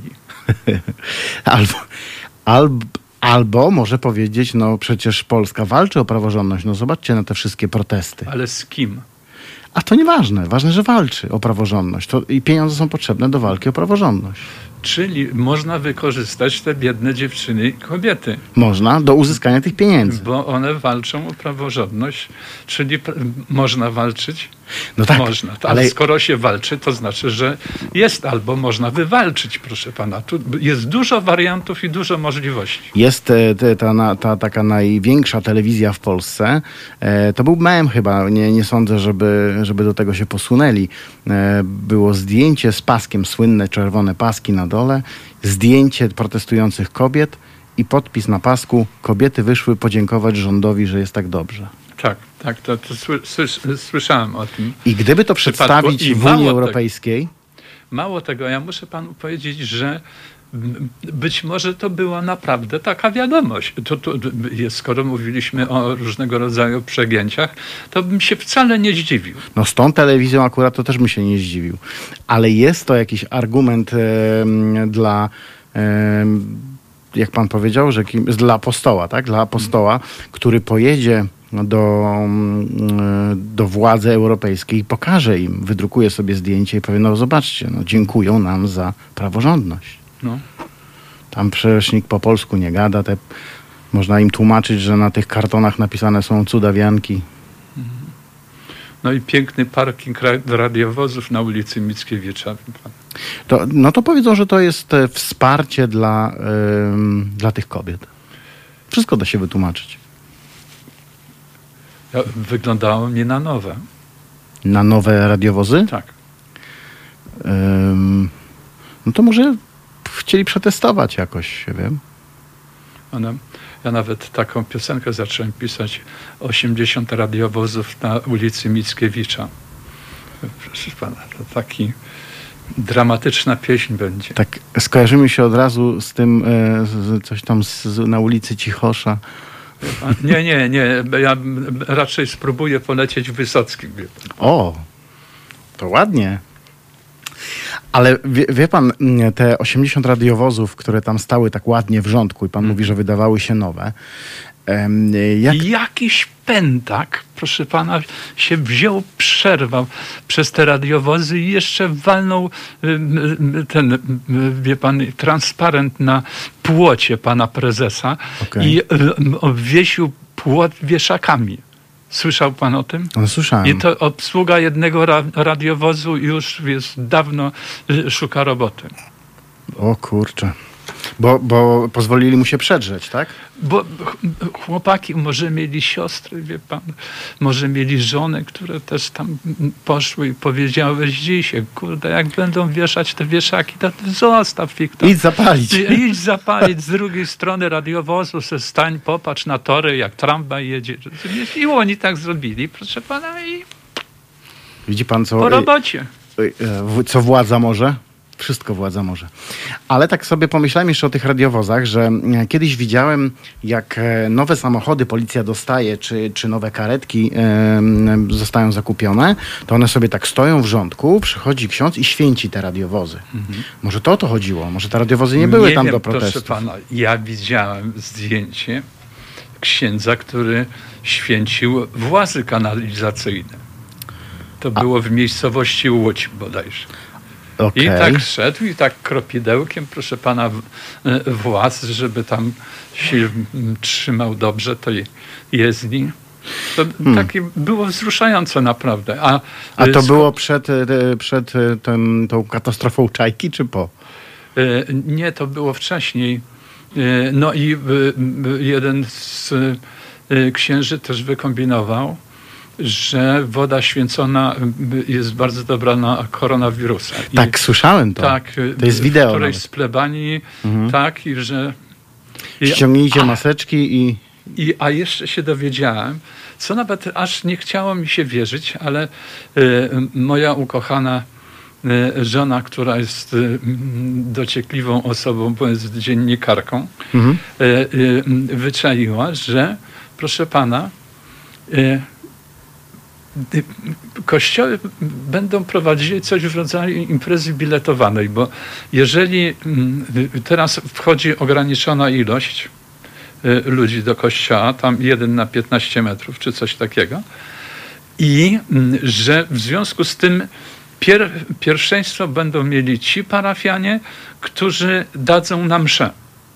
Albo może powiedzieć, no przecież Polska walczy o praworządność. No zobaczcie na te wszystkie protesty. Ale z kim? A to nieważne. Ważne, że walczy o praworządność. I pieniądze są potrzebne do walki o praworządność. Czyli można wykorzystać te biedne dziewczyny i kobiety. Można, do uzyskania tych pieniędzy. Bo one walczą o praworządność, czyli można walczyć? No tak, można. Ale skoro się walczy, to znaczy, że jest albo można wywalczyć, proszę pana. Tu jest dużo wariantów i dużo możliwości. Jest ta taka największa telewizja w Polsce. To był mem chyba. Nie sądzę, żeby do tego się posunęli. Było zdjęcie z paskiem, słynne czerwone paski na dole, zdjęcie protestujących kobiet i podpis na pasku: kobiety wyszły podziękować rządowi, że jest tak dobrze. To słyszałem o tym. I gdyby to przedstawić I w mało Unii tego. Europejskiej, Mało tego, ja muszę panu powiedzieć, że być może to była naprawdę taka wiadomość. Skoro mówiliśmy o różnego rodzaju przegięciach, to bym się wcale nie zdziwił. no z tą telewizją akurat to też bym się nie zdziwił. Ale jest to jakiś argument dla, jak pan powiedział, że dla apostoła, tak? Dla apostoła, który pojedzie do władzy europejskiej i pokaże im, wydrukuje sobie zdjęcie i powie, no zobaczcie, no, dziękują nam za praworządność. No. Tam przecież nikt po polsku nie gada. Można im tłumaczyć, że na tych kartonach napisane są cudawianki. No i piękny parking radiowozów na ulicy Mickiewicza. To powiedzą, że to jest wsparcie dla tych kobiet. Wszystko da się wytłumaczyć. Wyglądało mi na nowe. Na nowe radiowozy? Tak. No to może chcieli przetestować jakoś, wiem. Ja nawet taką piosenkę zacząłem pisać. 80 radiowozów na ulicy Mickiewicza. Proszę pana, to taki dramatyczna pieśń będzie. Tak, skojarzymy się od razu z tym, coś tam na ulicy Cichosza. Nie. Ja raczej spróbuję polecieć Wysockim. O, to ładnie. Ale wie pan, te 80 radiowozów, które tam stały tak ładnie w rządku i pan mówi, że wydawały się nowe. Jakiś pętak, proszę pana, się wziął, przerwał przez te radiowozy i jeszcze walnął ten, wie pan, transparent na płocie pana prezesa i obwiesił płot wieszakami. Słyszał pan o tym? No, słyszałem. I to obsługa jednego radiowozu już jest dawno szuka roboty. O kurczę. Bo pozwolili mu się przedrzeć, tak? Bo chłopaki może mieli siostry, wie pan, może mieli żony, które też tam poszły i powiedziały dzisiaj, kurde, jak będą wieszać te wieszaki, to zostaw ich tam. Idź zapalić. Idź zapalić. Z drugiej strony radiowozu se stań, popatrz na tory, jak tramwaj jedzie. I oni tak zrobili, proszę pana, i widzi pan, co... po robocie. Co władza może? Wszystko władza może. Ale tak sobie pomyślałem jeszcze o tych radiowozach, że kiedyś widziałem, jak nowe samochody policja dostaje, czy nowe karetki zostają zakupione, to one sobie tak stoją w rządku, przychodzi ksiądz i święci te radiowozy. Może to o to chodziło? Może te radiowozy nie były tam do protestów? Proszę pana, ja widziałem zdjęcie księdza, który święcił włazy kanalizacyjne. To było w miejscowości Łódź bodajże. Okay. I tak szedł i tak kropidełkiem, proszę pana, włas, żeby tam się trzymał dobrze tej jezdni. To takie było wzruszające naprawdę. A to było przed tą katastrofą Czajki, czy po? Nie, to było wcześniej. No i jeden z księży też wykombinował, że woda święcona jest bardzo dobra na koronawirusa. Tak, słyszałem to. Tak, to jest wideo. W którejś z plebanii, tak, i że... Ściągnijcie maseczki A jeszcze się dowiedziałem, co nawet aż nie chciało mi się wierzyć, ale moja ukochana żona, która jest dociekliwą osobą, bo jest dziennikarką, wyczaiła, że, proszę pana, kościoły będą prowadzili coś w rodzaju imprezy biletowanej, bo jeżeli teraz wchodzi ograniczona ilość ludzi do kościoła, tam 1 na 15 metrów, czy coś takiego, i że w związku z tym pierwszeństwo będą mieli ci parafianie, którzy dadzą na mszę.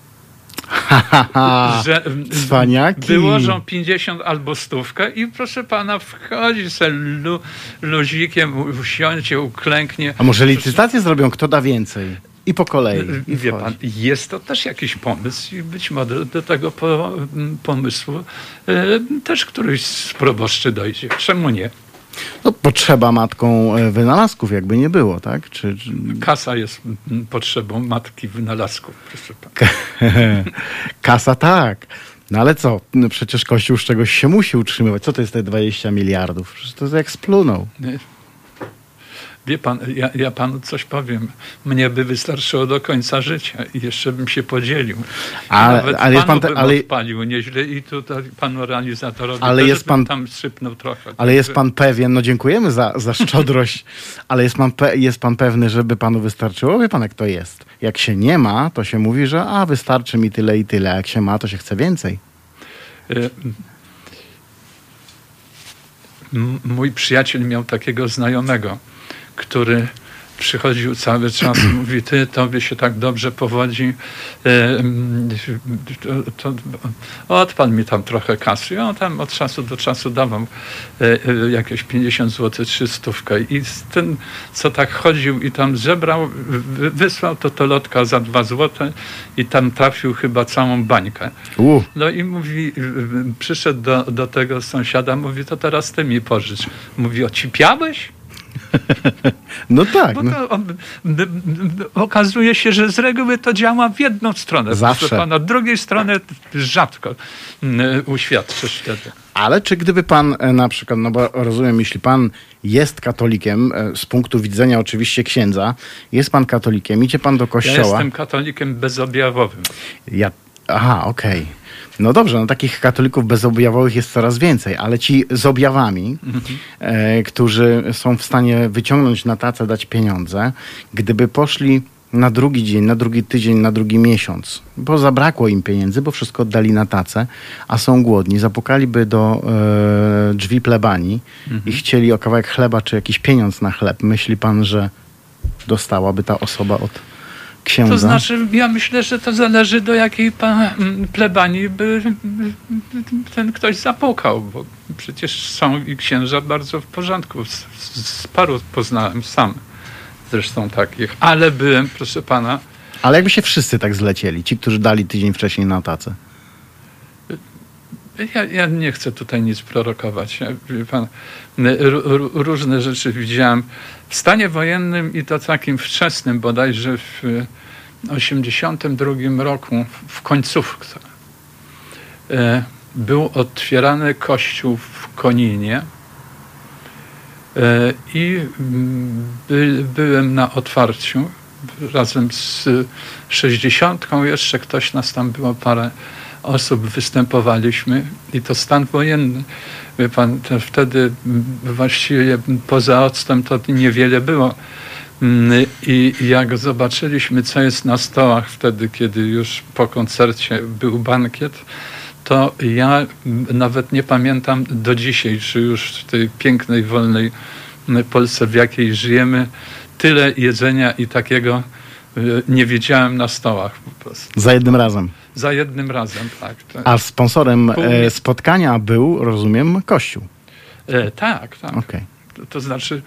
Że cwaniaki. Wyłożą 50 albo 100 i proszę pana, wchodzi se luzikiem, usiądzie, uklęknie. A może licytację zrobią, kto da więcej? I po kolei. Wie pan, jest to też jakiś pomysł i być może do tego pomysłu też któryś z proboszczy dojdzie. Czemu nie? No, potrzeba matką wynalazków, jakby nie było, tak? Kasa jest potrzebą matki wynalazków, proszę pana. Kasa tak. No ale co? No przecież Kościół z czegoś się musi utrzymywać. Co to jest te 20 miliardów? Przecież to jest jak splunął. Wie pan, ja panu coś powiem. Mnie by wystarczyło do końca życia i jeszcze bym się podzielił. Nawet ale jest panu pan, bym odpalił nieźle i tutaj panu realizatorowi ale też jest pan, tam szczypnął trochę. ale jest pan pewien, no dziękujemy za szczodrość, ale jest pan pewny, żeby panu wystarczyło? Wie pan, jak to jest. Jak się nie ma, to się mówi, że wystarczy mi tyle i tyle, a jak się ma, to się chce więcej. Mój przyjaciel miał takiego znajomego, który przychodził cały czas i mówi, tobie się tak dobrze powodzi, odpal mi tam trochę kasy. I on tam od czasu do czasu dawał jakieś 50 zł, 300. I ten, co tak chodził i tam zebrał, wysłał to lotka za 2 zł i tam trafił chyba całą bańkę. No i mówi, przyszedł do tego sąsiada, mówi, to teraz ty mi pożycz. Mówi, ocipiałeś? No tak. Bo to okazuje się, że z reguły to działa w jedną stronę. Zawsze. Na drugiej stronie rzadko uświadczysz wtedy. Ale czy gdyby pan na przykład, no bo rozumiem, jeśli pan jest katolikiem, z punktu widzenia oczywiście księdza, jest pan katolikiem, idzie pan do kościoła. Ja jestem katolikiem bezobjawowym. Okej. No dobrze, no takich katolików bezobjawowych jest coraz więcej, ale ci z objawami, którzy są w stanie wyciągnąć na tacę, dać pieniądze, gdyby poszli na drugi dzień, na drugi tydzień, na drugi miesiąc, bo zabrakło im pieniędzy, bo wszystko oddali na tacę, a są głodni, zapukaliby do drzwi plebanii i chcieli o kawałek chleba czy jakiś pieniądz na chleb, myśli pan, że dostałaby ta osoba od księdza? To znaczy, ja myślę, że to zależy, do jakiej plebanii by ten ktoś zapukał, bo przecież są i księża bardzo w porządku. Z paru poznałem sam zresztą takich, ale byłem, proszę pana. Ale jakby się wszyscy tak zlecieli, ci, którzy dali tydzień wcześniej na tacę. Ja nie chcę tutaj nic prorokować. Wie pan, różne rzeczy widziałem. W stanie wojennym i to takim wczesnym, bodajże w 1982 roku, w końcówce, był otwierany kościół w Koninie i byłem na otwarciu razem z 60. Jeszcze ktoś nas tam było, parę osób występowaliśmy i to stan wojenny. Wie pan, wtedy właściwie poza octem to niewiele było. I jak zobaczyliśmy, co jest na stołach wtedy, kiedy już po koncercie był bankiet, to ja nawet nie pamiętam do dzisiaj, czy już w tej pięknej, wolnej Polsce, w jakiej żyjemy, tyle jedzenia i takiego nie widziałem na stołach po prostu. Za jednym razem. Za jednym razem, tak. A sponsorem spotkania był, rozumiem, Kościół. Tak. Okay. To znaczy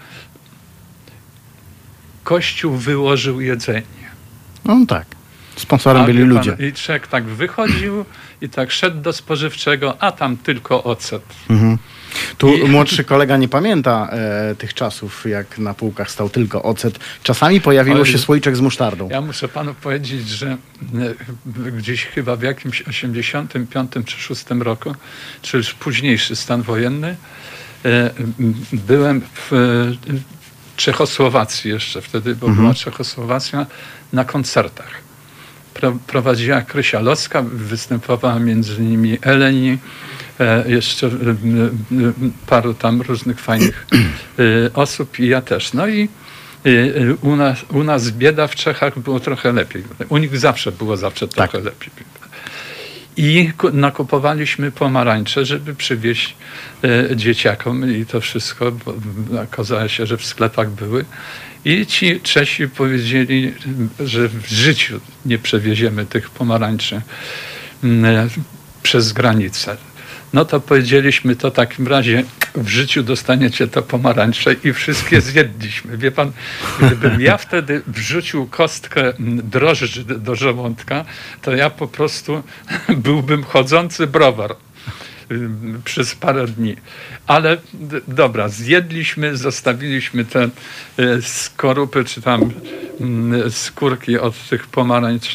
Kościół wyłożył jedzenie. No tak. Sponsorem byli ludzie. I człowiek tak wychodził i tak szedł do spożywczego, a tam tylko ocet. Tu młodszy kolega nie pamięta tych czasów, jak na półkach stał tylko ocet. Czasami pojawiło się słoiczek z musztardą. Ja muszę panu powiedzieć, że gdzieś chyba w jakimś 85 czy 6 roku, czy już późniejszy stan wojenny, byłem w Czechosłowacji jeszcze wtedy, bo była Czechosłowacja, na koncertach. Prowadziła Krysia Locka, występowała między innymi Eleni, jeszcze paru tam różnych fajnych osób i ja też. No i u nas bieda w Czechach było trochę lepiej. U nich zawsze było trochę lepiej. I nakupowaliśmy pomarańcze, żeby przywieźć dzieciakom i to wszystko, bo okazało się, że w sklepach były. I ci Czesi powiedzieli, że w życiu nie przewieziemy tych pomarańczy przez granicę. No to powiedzieliśmy, to w takim razie w życiu dostaniecie to pomarańcze i wszystkie zjedliśmy. Wie pan, gdybym ja wtedy wrzucił kostkę drożdży do żołądka, to ja po prostu byłbym chodzący browar przez parę dni. Ale dobra, zjedliśmy, zostawiliśmy te skorupy, czy tam skórki od tych pomarańcz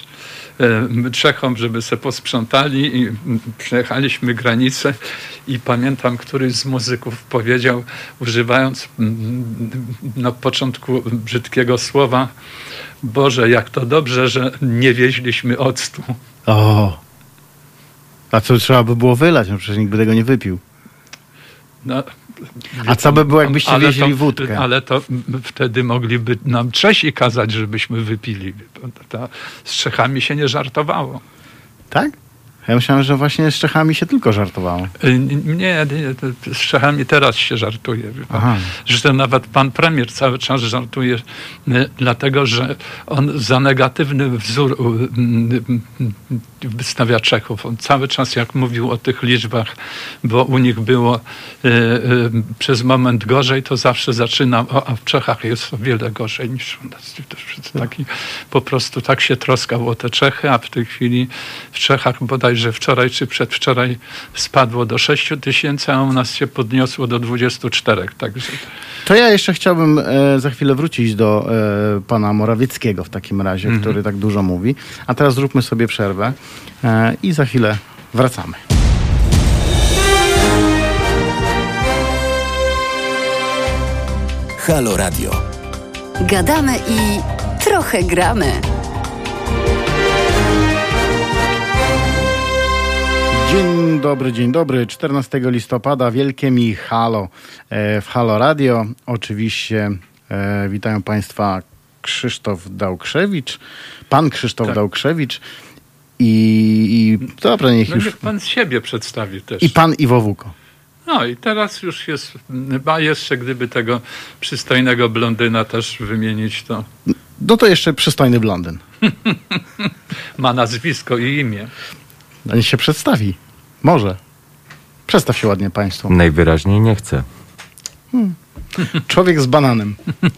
Czechom, żeby se posprzątali i przejechaliśmy granicę i pamiętam, któryś z muzyków powiedział, używając na początku brzydkiego słowa: Boże, jak to dobrze, że nie wieźliśmy octu. O, a co trzeba by było wylać? No przecież nikt by tego nie wypił. No, A co by było, jakbyście wieźli wódkę? Ale to wtedy mogliby nam Czesi kazać, żebyśmy wypili. Z Czechami się nie żartowało. Tak? Ja myślałem, że właśnie z Czechami się tylko żartowało. Nie, z Czechami teraz się żartuje. Aha. Zresztą nawet pan premier cały czas żartuje, dlatego że on za negatywny wzór wystawia Czechów. On cały czas, jak mówił o tych liczbach, bo u nich było przez moment gorzej, to zawsze zaczynał, a w Czechach jest o wiele gorzej niż u nas. Taki, po prostu tak się troskał o te Czechy, a w tej chwili w Czechach bodajże wczoraj czy przedwczoraj spadło do 6 000, a u nas się podniosło do 24. Także... To ja jeszcze chciałbym za chwilę wrócić do pana Morawieckiego w takim razie, który tak dużo mówi. A teraz zróbmy sobie przerwę i za chwilę wracamy. Halo Radio. Gadamy i trochę gramy. Dzień dobry. 14 listopada, wielkie mi halo w Halo Radio. Oczywiście witają Państwa Krzysztof Dałkrzewicz, pan Krzysztof Dałkrzewicz i dobra, niech pan z siebie przedstawi też. I pan Iwo Wuko. No i teraz już jest, a jeszcze gdyby tego przystojnego blondyna też wymienić, to... No to jeszcze przystojny blondyn. Ma nazwisko i imię. No niech się przedstawi. Może. Przedstaw się ładnie państwu. Najwyraźniej nie chcę. Człowiek z bananem.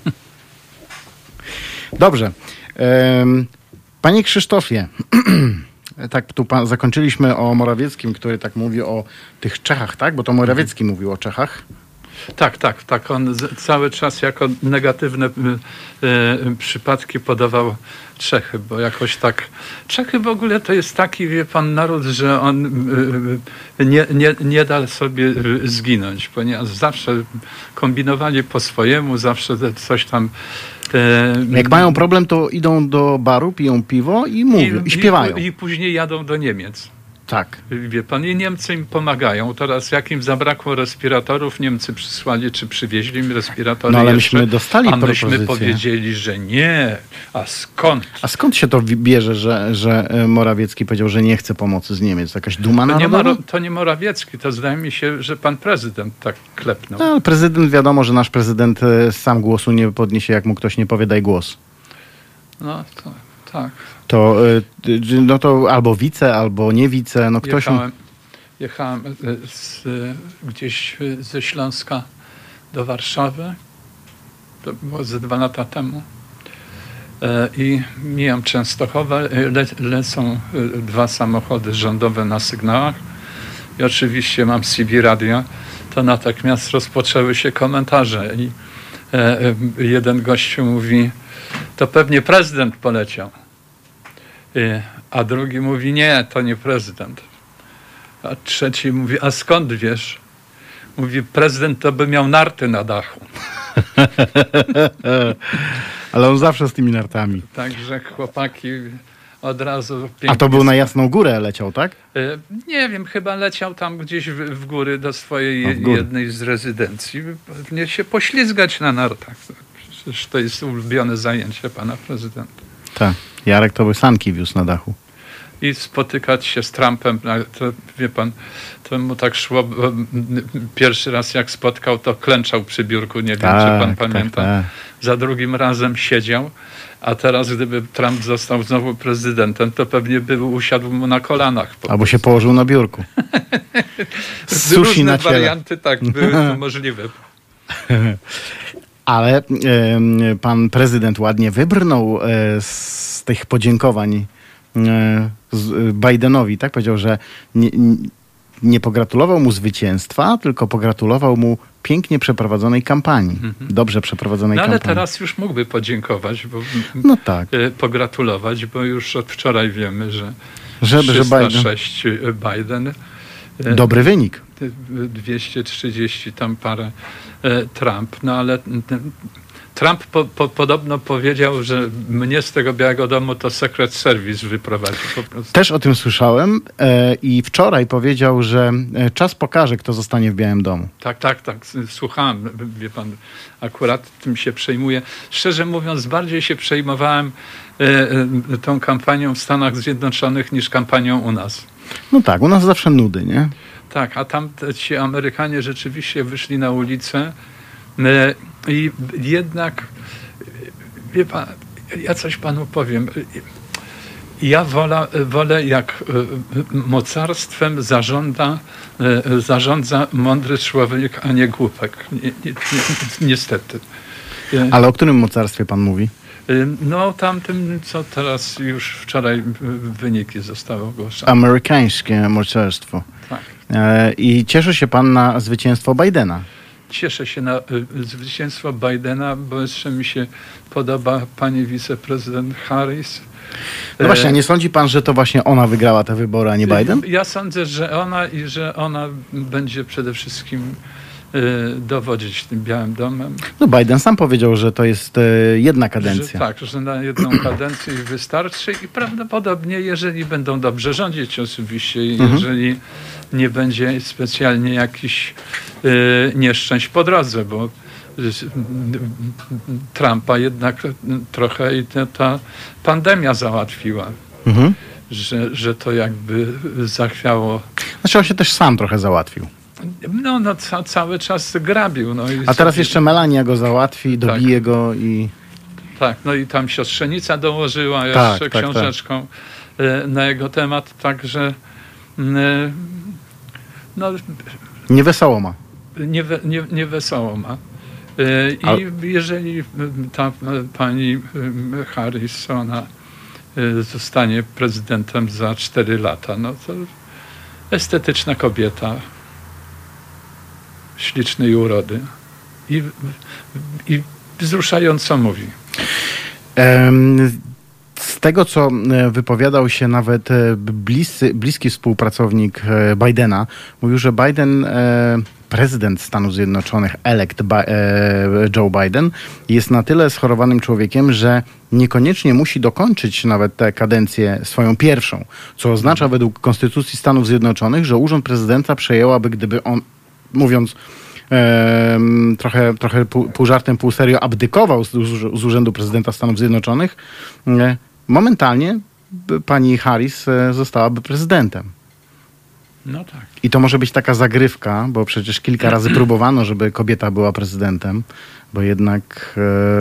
Dobrze. Panie Krzysztofie, tak tu zakończyliśmy o Morawieckim, który tak mówi o tych Czechach, tak? Bo to Morawiecki mówił o Czechach. Tak. On cały czas jako negatywne przypadki podawał Czechy, bo jakoś tak... Czechy w ogóle to jest taki, wie pan, naród, że on nie da sobie zginąć, ponieważ zawsze kombinowali po swojemu, zawsze coś tam... Jak mają problem, to idą do baru, piją piwo i mówią, i śpiewają. I później jadą do Niemiec. Tak. Wie pan, i Niemcy im pomagają. Teraz jak im zabrakło respiratorów, Niemcy przysłali, czy przywieźli im respiratory. No ale jeszcze, myśmy dostali propozycję. myśmy powiedzieli, że nie. A skąd? A skąd się to bierze, że Morawiecki powiedział, że nie chce pomocy z Niemiec? Jakaś duma narodowa? To nie Morawiecki, to zdaje mi się, że pan prezydent tak klepnął. No, ale prezydent, wiadomo, że nasz prezydent sam głosu nie podniesie, jak mu ktoś nie powie, daj głos. No to tak. No to albo wice, albo nie wice. No ktoś... Jechałem gdzieś ze Śląska do Warszawy. To było ze 2 lata temu. I mijam Częstochowę. Lecą 2 samochody rządowe na sygnałach. I oczywiście mam CB radio. To natychmiast rozpoczęły się komentarze. I jeden gościu mówi, to pewnie prezydent poleciał. A drugi mówi, nie, to nie prezydent. A trzeci mówi, a skąd wiesz? Mówi, prezydent to by miał narty na dachu. Ale on zawsze z tymi nartami. Także chłopaki od razu... A to był na Jasną Górę leciał, tak? Nie wiem, chyba leciał tam gdzieś w góry do swojej jednej z rezydencji. Pewnie się poślizgać na nartach. Przecież to jest ulubione zajęcie pana prezydenta. Tak. Jarek to by sanki wiózł na dachu. I spotykać się z Trumpem, to wie pan, to mu tak szło, pierwszy raz jak spotkał, to klęczał przy biurku, nie wiem, czy pan pamięta. Tak. Za drugim razem siedział, a teraz gdyby Trump został znowu prezydentem, to pewnie by usiadł mu na kolanach. Albo się położył na biurku. Sushi różne na warianty tak były to możliwe. Ale pan prezydent ładnie wybrnął z tych podziękowań Bidenowi, tak? Powiedział, że nie pogratulował mu zwycięstwa, tylko pogratulował mu pięknie przeprowadzonej kampanii. Dobrze przeprowadzonej ale kampanii. teraz już mógłby podziękować, bo No tak. pogratulować, bo już od wczoraj wiemy, że Że 306 Biden. Dobry wynik. 230 tam parę Trump. No ale Trump podobno powiedział, że mnie z tego Białego Domu to Secret Service wyprowadził po prostu. Też o tym słyszałem i wczoraj powiedział, że czas pokaże, kto zostanie w Białym Domu. Tak. Słuchałem, wie pan, akurat tym się przejmuję. Szczerze mówiąc, bardziej się przejmowałem tą kampanią w Stanach Zjednoczonych niż kampanią u nas. No tak, u nas zawsze nudy, nie? Tak, a tam ci Amerykanie rzeczywiście wyszli na ulicę i jednak, wie pan, ja coś panu powiem. Ja wolę jak mocarstwem zarządza mądry człowiek, a nie głupek. Niestety. Ale o którym mocarstwie pan mówi? No tamtym, co teraz już wczoraj wyniki zostały ogłoszone. Amerykańskie mocarstwo. Tak. I cieszy się pan na zwycięstwo Bidena. Cieszę się na zwycięstwo Bidena, bo jeszcze mi się podoba pani wiceprezydent Harris. No właśnie, a nie sądzi pan, że to właśnie ona wygrała te wybory, a nie Biden? Ja sądzę, że ona będzie przede wszystkim dowodzić tym Białym Domem. No Biden sam powiedział, że to jest jedna kadencja. Że na jedną kadencję wystarczy i prawdopodobnie, jeżeli będą dobrze rządzić oczywiście, jeżeli nie będzie specjalnie jakichś nieszczęść po drodze, bo Trumpa jednak trochę i ta pandemia załatwiła, że to jakby zachwiało. Znaczy on się też sam trochę załatwił. No cały czas grabił. No a teraz jeszcze Melania go załatwi, dobije go i... Tak, no i tam siostrzenica dołożyła jeszcze książeczką na jego temat, także no... Niewesoło ma. Niewesoło ma. I jeżeli ta pani Harris, ona zostanie prezydentem za 4 lata, no to estetyczna kobieta, ślicznej urody i wzruszająco mówi. Z tego, co wypowiadał się nawet bliski współpracownik Bidena, mówił, że Biden, prezydent Stanów Zjednoczonych, Joe Biden, jest na tyle schorowanym człowiekiem, że niekoniecznie musi dokończyć nawet tę kadencję swoją pierwszą, co oznacza według Konstytucji Stanów Zjednoczonych, że urząd prezydenta przejęłaby, gdyby on, mówiąc trochę pół żartem, pół serio, abdykował z urzędu prezydenta Stanów Zjednoczonych, momentalnie pani Harris zostałaby prezydentem. No tak. I to może być taka zagrywka, bo przecież kilka razy próbowano, żeby kobieta była prezydentem, bo jednak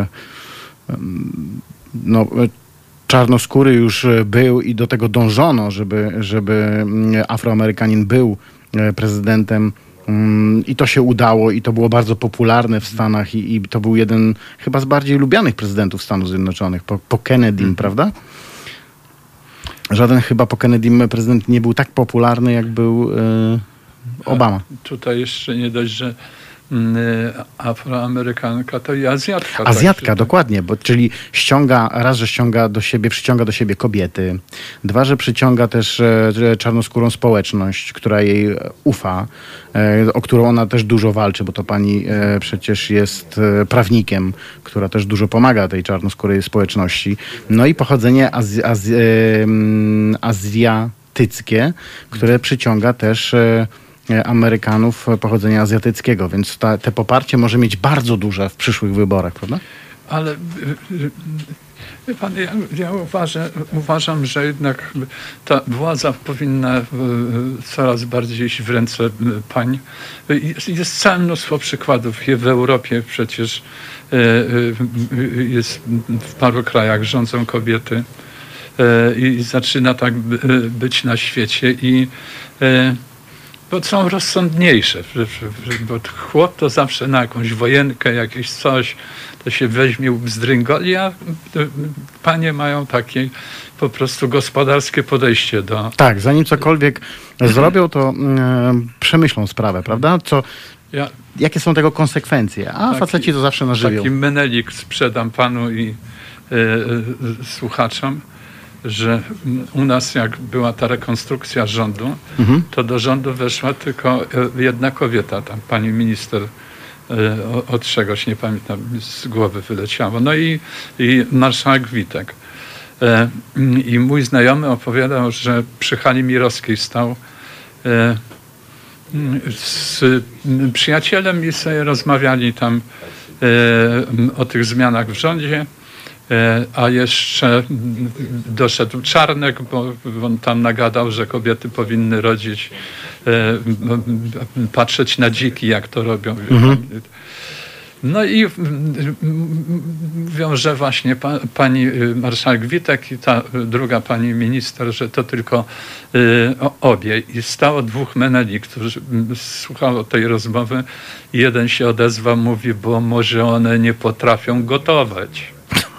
czarnoskóry już był i do tego dążono, żeby Afroamerykanin był prezydentem. I to się udało i to było bardzo popularne w Stanach i to był jeden chyba z bardziej lubianych prezydentów Stanów Zjednoczonych po Kennedym, prawda? Żaden chyba po Kennedym prezydent nie był tak popularny, jak był Obama. A tutaj jeszcze nie dość, że Afroamerykanka to i Azjatka. Azjatka, dokładnie, czyli przyciąga do siebie kobiety. 2, że przyciąga też czarnoskórą społeczność, która jej ufa, o którą ona też dużo walczy, bo to pani przecież jest prawnikiem, która też dużo pomaga tej czarnoskórej społeczności. No i pochodzenie azjatyckie, które przyciąga też Amerykanów pochodzenia azjatyckiego, więc te poparcie może mieć bardzo duże w przyszłych wyborach, prawda? Ale wie pan, ja uważam, że jednak ta władza powinna coraz bardziej iść w ręce pań. Jest całe mnóstwo przykładów. W Europie przecież jest w paru krajach rządzą kobiety i zaczyna tak być na świecie bo są rozsądniejsze, bo chłop to zawsze na jakąś wojenkę, jakieś coś, to się weźmie bzdryngoli, a panie mają takie po prostu gospodarskie podejście do... Tak, zanim cokolwiek zrobią, to przemyślą sprawę, prawda? Jakie są tego konsekwencje? A faceci to zawsze na żywioł. Taki menelik sprzedam panu i słuchaczom, że u nas jak była ta rekonstrukcja rządu, to do rządu weszła tylko jedna kobieta, tam pani minister od czegoś, nie pamiętam, z głowy wyleciało. No i marszałek Witek. I mój znajomy opowiadał, że przy hali Mirowskiej stał z przyjacielem i sobie rozmawiali tam o tych zmianach w rządzie, a jeszcze doszedł Czarnek, bo on tam nagadał, że kobiety powinny rodzić, patrzeć na dziki, jak to robią. No i mówią, że właśnie pani marszałek Witek i ta druga pani minister, że to tylko obie. I stało dwóch meneli, którzy słuchało tej rozmowy. Jeden się odezwał, mówi, bo może one nie potrafią gotować.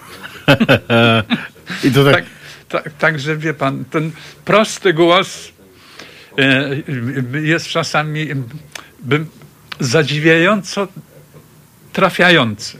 I to tak... Także wie pan, ten prosty głos jest czasami zadziwiająco trafiający.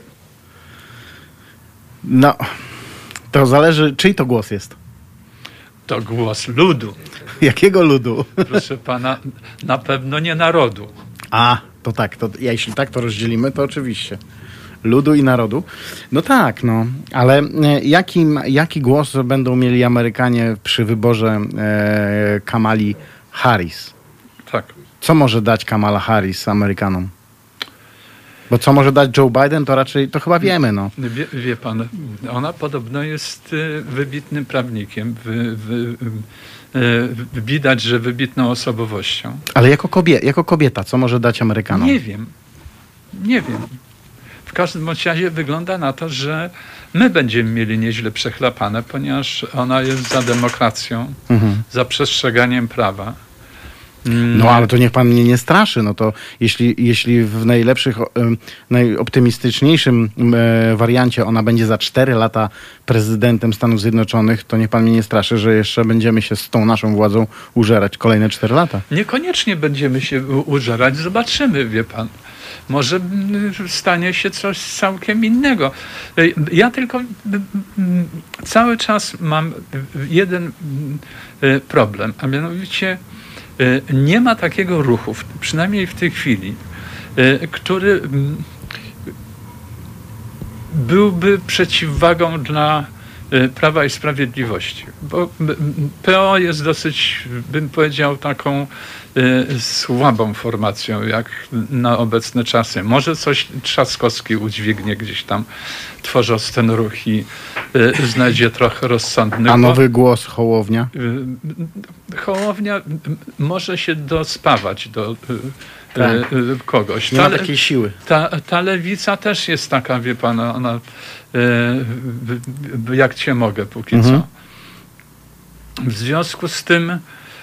No, to zależy, czyj to głos jest. To głos ludu. Jakiego ludu? Proszę pana, na pewno nie narodu. A, to tak, jeśli tak to rozdzielimy, to oczywiście. Ludu i narodu. No tak, no. Ale jaki głos będą mieli Amerykanie przy wyborze Kamali Harris? Tak. Co może dać Kamala Harris Amerykanom? Bo co może dać Joe Biden, to raczej, to chyba wiemy, no. Wie pan, ona podobno jest wybitnym prawnikiem. Widać, że wybitną osobowością. Ale jako kobieta, co może dać Amerykanom? Nie wiem. W każdym razie wygląda na to, że my będziemy mieli nieźle przechlapane, ponieważ ona jest za demokracją, za przestrzeganiem prawa. No ale to niech pan mnie nie straszy. No to jeśli w najoptymistyczniejszym wariancie ona będzie za 4 lata prezydentem Stanów Zjednoczonych, to niech pan mnie nie straszy, że jeszcze będziemy się z tą naszą władzą użerać kolejne 4 lata. Niekoniecznie będziemy się użerać. Zobaczymy, wie pan. Może stanie się coś całkiem innego. Ja tylko cały czas mam jeden problem, a mianowicie nie ma takiego ruchu, przynajmniej w tej chwili, który byłby przeciwwagą dla Prawa i Sprawiedliwości. Bo PO jest dosyć, bym powiedział, taką słabą formacją, jak na obecne czasy. Może coś Trzaskowski udźwignie gdzieś tam, tworząc ten ruch i znajdzie trochę rozsądnych. A nowy głos Hołownia? Hołownia może się dospawać do kogoś. Nie ma takiej siły. Ta lewica też jest taka, wie pan, ona jak cię mogę póki co. W związku z tym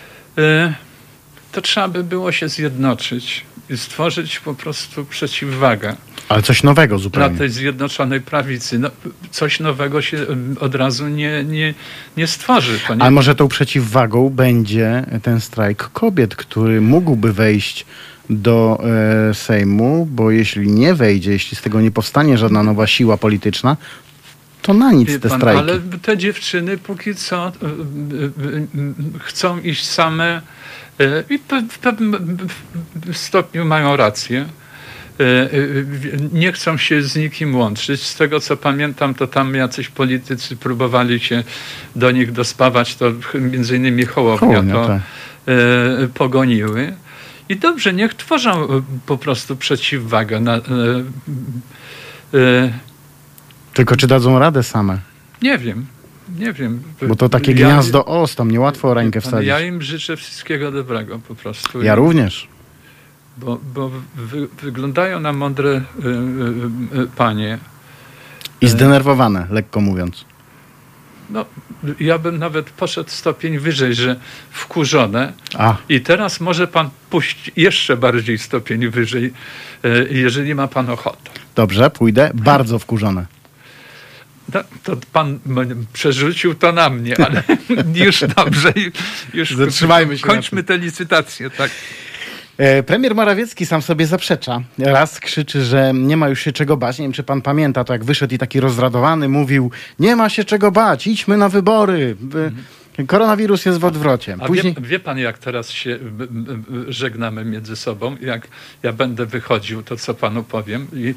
to trzeba by było się zjednoczyć i stworzyć po prostu przeciwwagę. Ale coś nowego zupełnie. Dla tej Zjednoczonej Prawicy. No, coś nowego się od razu nie stworzy. Ale może tą przeciwwagą będzie ten strajk kobiet, który mógłby wejść do Sejmu, bo jeśli nie wejdzie, jeśli z tego nie powstanie żadna nowa siła polityczna, to na nic te strajki. Ale te dziewczyny póki co chcą iść same i w pewnym stopniu mają rację. Nie chcą się z nikim łączyć. Z tego co pamiętam, to tam jacyś politycy próbowali się do nich dospawać, to między innymi Hołownia to tak pogoniły. I dobrze, niech tworzą po prostu przeciwwagę. Tylko czy dadzą radę same? Nie wiem. Bo to takie gniazdo os, tam niełatwo o rękę wsadzić. Ja im życzę wszystkiego dobrego po prostu. Ja również. Bo wyglądają na mądre panie. I zdenerwowane, lekko mówiąc. No, ja bym nawet poszedł stopień wyżej, że wkurzone. I teraz może pan pójść jeszcze bardziej stopień wyżej, jeżeli ma pan ochotę. Dobrze, pójdę. Bardzo wkurzone. No, to pan przerzucił to na mnie, ale już dobrze. Już Zatrzymajmy się. Kończmy tę licytację, tak. Premier Morawiecki sam sobie zaprzecza. Raz krzyczy, że nie ma już się czego bać. Nie wiem, czy pan pamięta, to jak wyszedł i taki rozradowany mówił, nie ma się czego bać, idźmy na wybory. Koronawirus jest w odwrocie. A wie pan, jak teraz się żegnamy między sobą? Jak ja będę wychodził, to co panu powiem i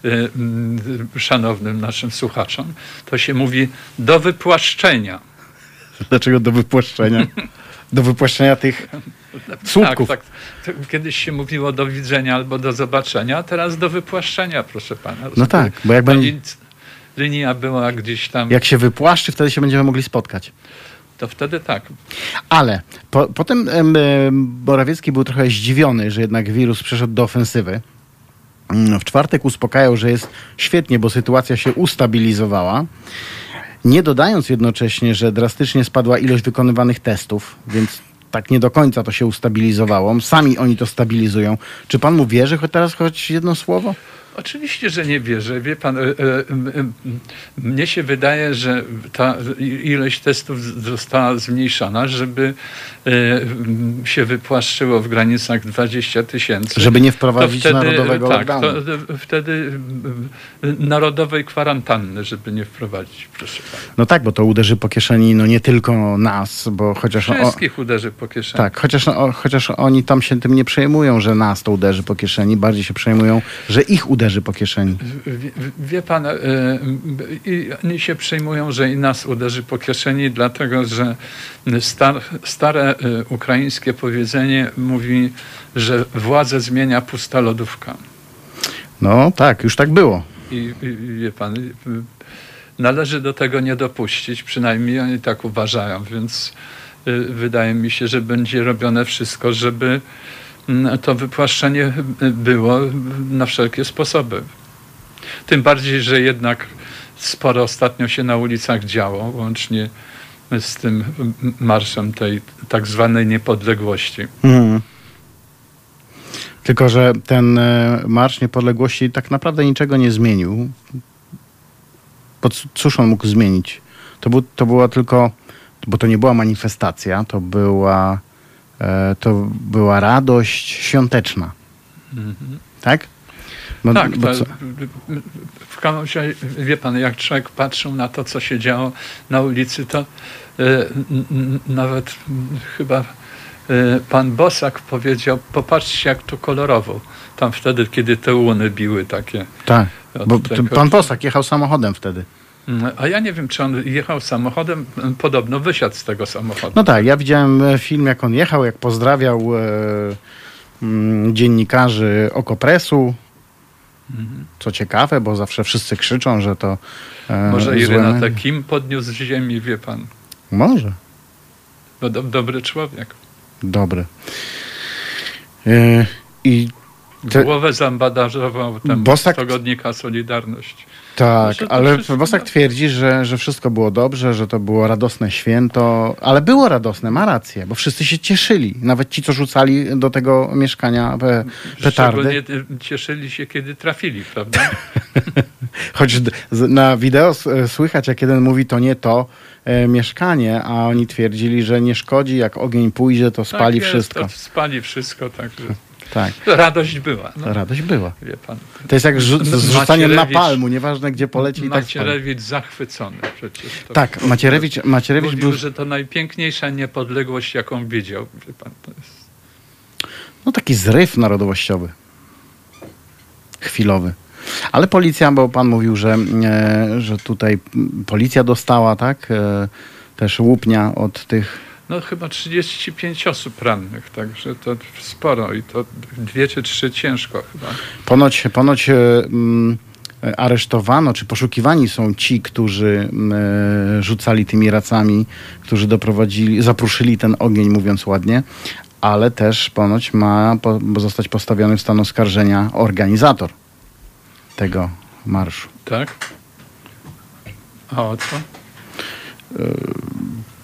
szanownym naszym słuchaczom, to się mówi do wypłaszczenia. Dlaczego do wypłaszczenia? Do wypłaszczenia tych słupków. Tak. Kiedyś się mówiło do widzenia albo do zobaczenia, a teraz do wypłaszczenia, proszę pana. No tak, bo jak będzie... Linia była gdzieś tam... Jak się wypłaszczy, wtedy się będziemy mogli spotkać. To wtedy tak. Ale potem Morawiecki był trochę zdziwiony, że jednak wirus przeszedł do ofensywy. W czwartek uspokajał, że jest świetnie, bo sytuacja się ustabilizowała. Nie dodając jednocześnie, że drastycznie spadła ilość wykonywanych testów, więc tak nie do końca to się ustabilizowało. Sami oni to stabilizują. Czy pan mu wierzy choć jedno słowo? Oczywiście, że nie wierzę. Wie pan, mnie się wydaje, że ta ilość testów została zmniejszona, żeby się wypłaszczyło w granicach 20 000. Żeby nie wprowadzić narodowego lockdownu. Wtedy narodowej kwarantanny, żeby nie wprowadzić, proszę pana. No tak, bo to uderzy po kieszeni nie tylko nas, bo chociaż... Wszystkich uderzy po kieszeni. Tak, chociaż oni tam się tym nie przejmują, że nas to uderzy po kieszeni, bardziej się przejmują, że ich uderzy po kieszeni. Wie pan, oni się przejmują, że i nas uderzy po kieszeni, dlatego że stare ukraińskie powiedzenie mówi, że władzę zmienia pusta lodówka. No tak, już tak było. I wie pan, należy do tego nie dopuścić, przynajmniej oni tak uważają, więc wydaje mi się, że będzie robione wszystko, żeby to wypłaszczenie było na wszelkie sposoby. Tym bardziej, że jednak sporo ostatnio się na ulicach działo, łącznie z tym marszem tej tak zwanej niepodległości. Tylko że ten Marsz Niepodległości tak naprawdę niczego nie zmienił. Cóż on mógł zmienić? To była tylko, bo to nie była manifestacja, to była radość świąteczna. Tak? Tak, w każdym razie, wie pan, jak człowiek patrzył na to, co się działo na ulicy, to nawet chyba pan Bosak powiedział, popatrzcie, jak to kolorowo. Tam wtedy, kiedy te łuny biły takie. Tak, bo pan Bosak jechał samochodem wtedy. A ja nie wiem, czy on jechał samochodem, podobno wysiadł z tego samochodu. No tak, ja widziałem film, jak on jechał, jak pozdrawiał dziennikarzy Okopresu. Co ciekawe, bo zawsze wszyscy krzyczą, że to może Irena Kim podniósł z ziemi, wie pan. Może. No, dobry człowiek. Dobry. Głowę zambadażował tam tygodnika Solidarność. Tak, ale Bosak twierdzi, że wszystko było dobrze, że to było radosne święto, ale było radosne, ma rację, bo wszyscy się cieszyli. Nawet ci, co rzucali do tego mieszkania petardy. Szczególnie cieszyli się, kiedy trafili, prawda? Choć na wideo słychać, jak jeden mówi, to nie to mieszkanie, a oni twierdzili, że nie szkodzi, jak ogień pójdzie, to spali wszystko. To spali wszystko, także... Tak. Radość była. No. Radość była. Wie pan. To jest jak z rzucaniem napalmu, nieważne gdzie poleci i tak Macierewicz zachwycony przecież. Tak, Macierewicz mówił, że to najpiękniejsza niepodległość, jaką widział. Wie pan, to jest... No taki zryw narodowościowy. Chwilowy. Ale policja, bo pan mówił, że tutaj policja dostała, tak? Też łupnia od tych... No chyba 35 osób rannych, także to sporo i to 2 czy 3 ciężko chyba. Ponoć aresztowano, czy poszukiwani są ci, którzy rzucali tymi racami, którzy zapruszyli ten ogień, mówiąc ładnie, ale też ponoć ma zostać postawiony w stan oskarżenia organizator tego marszu. Tak? A o co?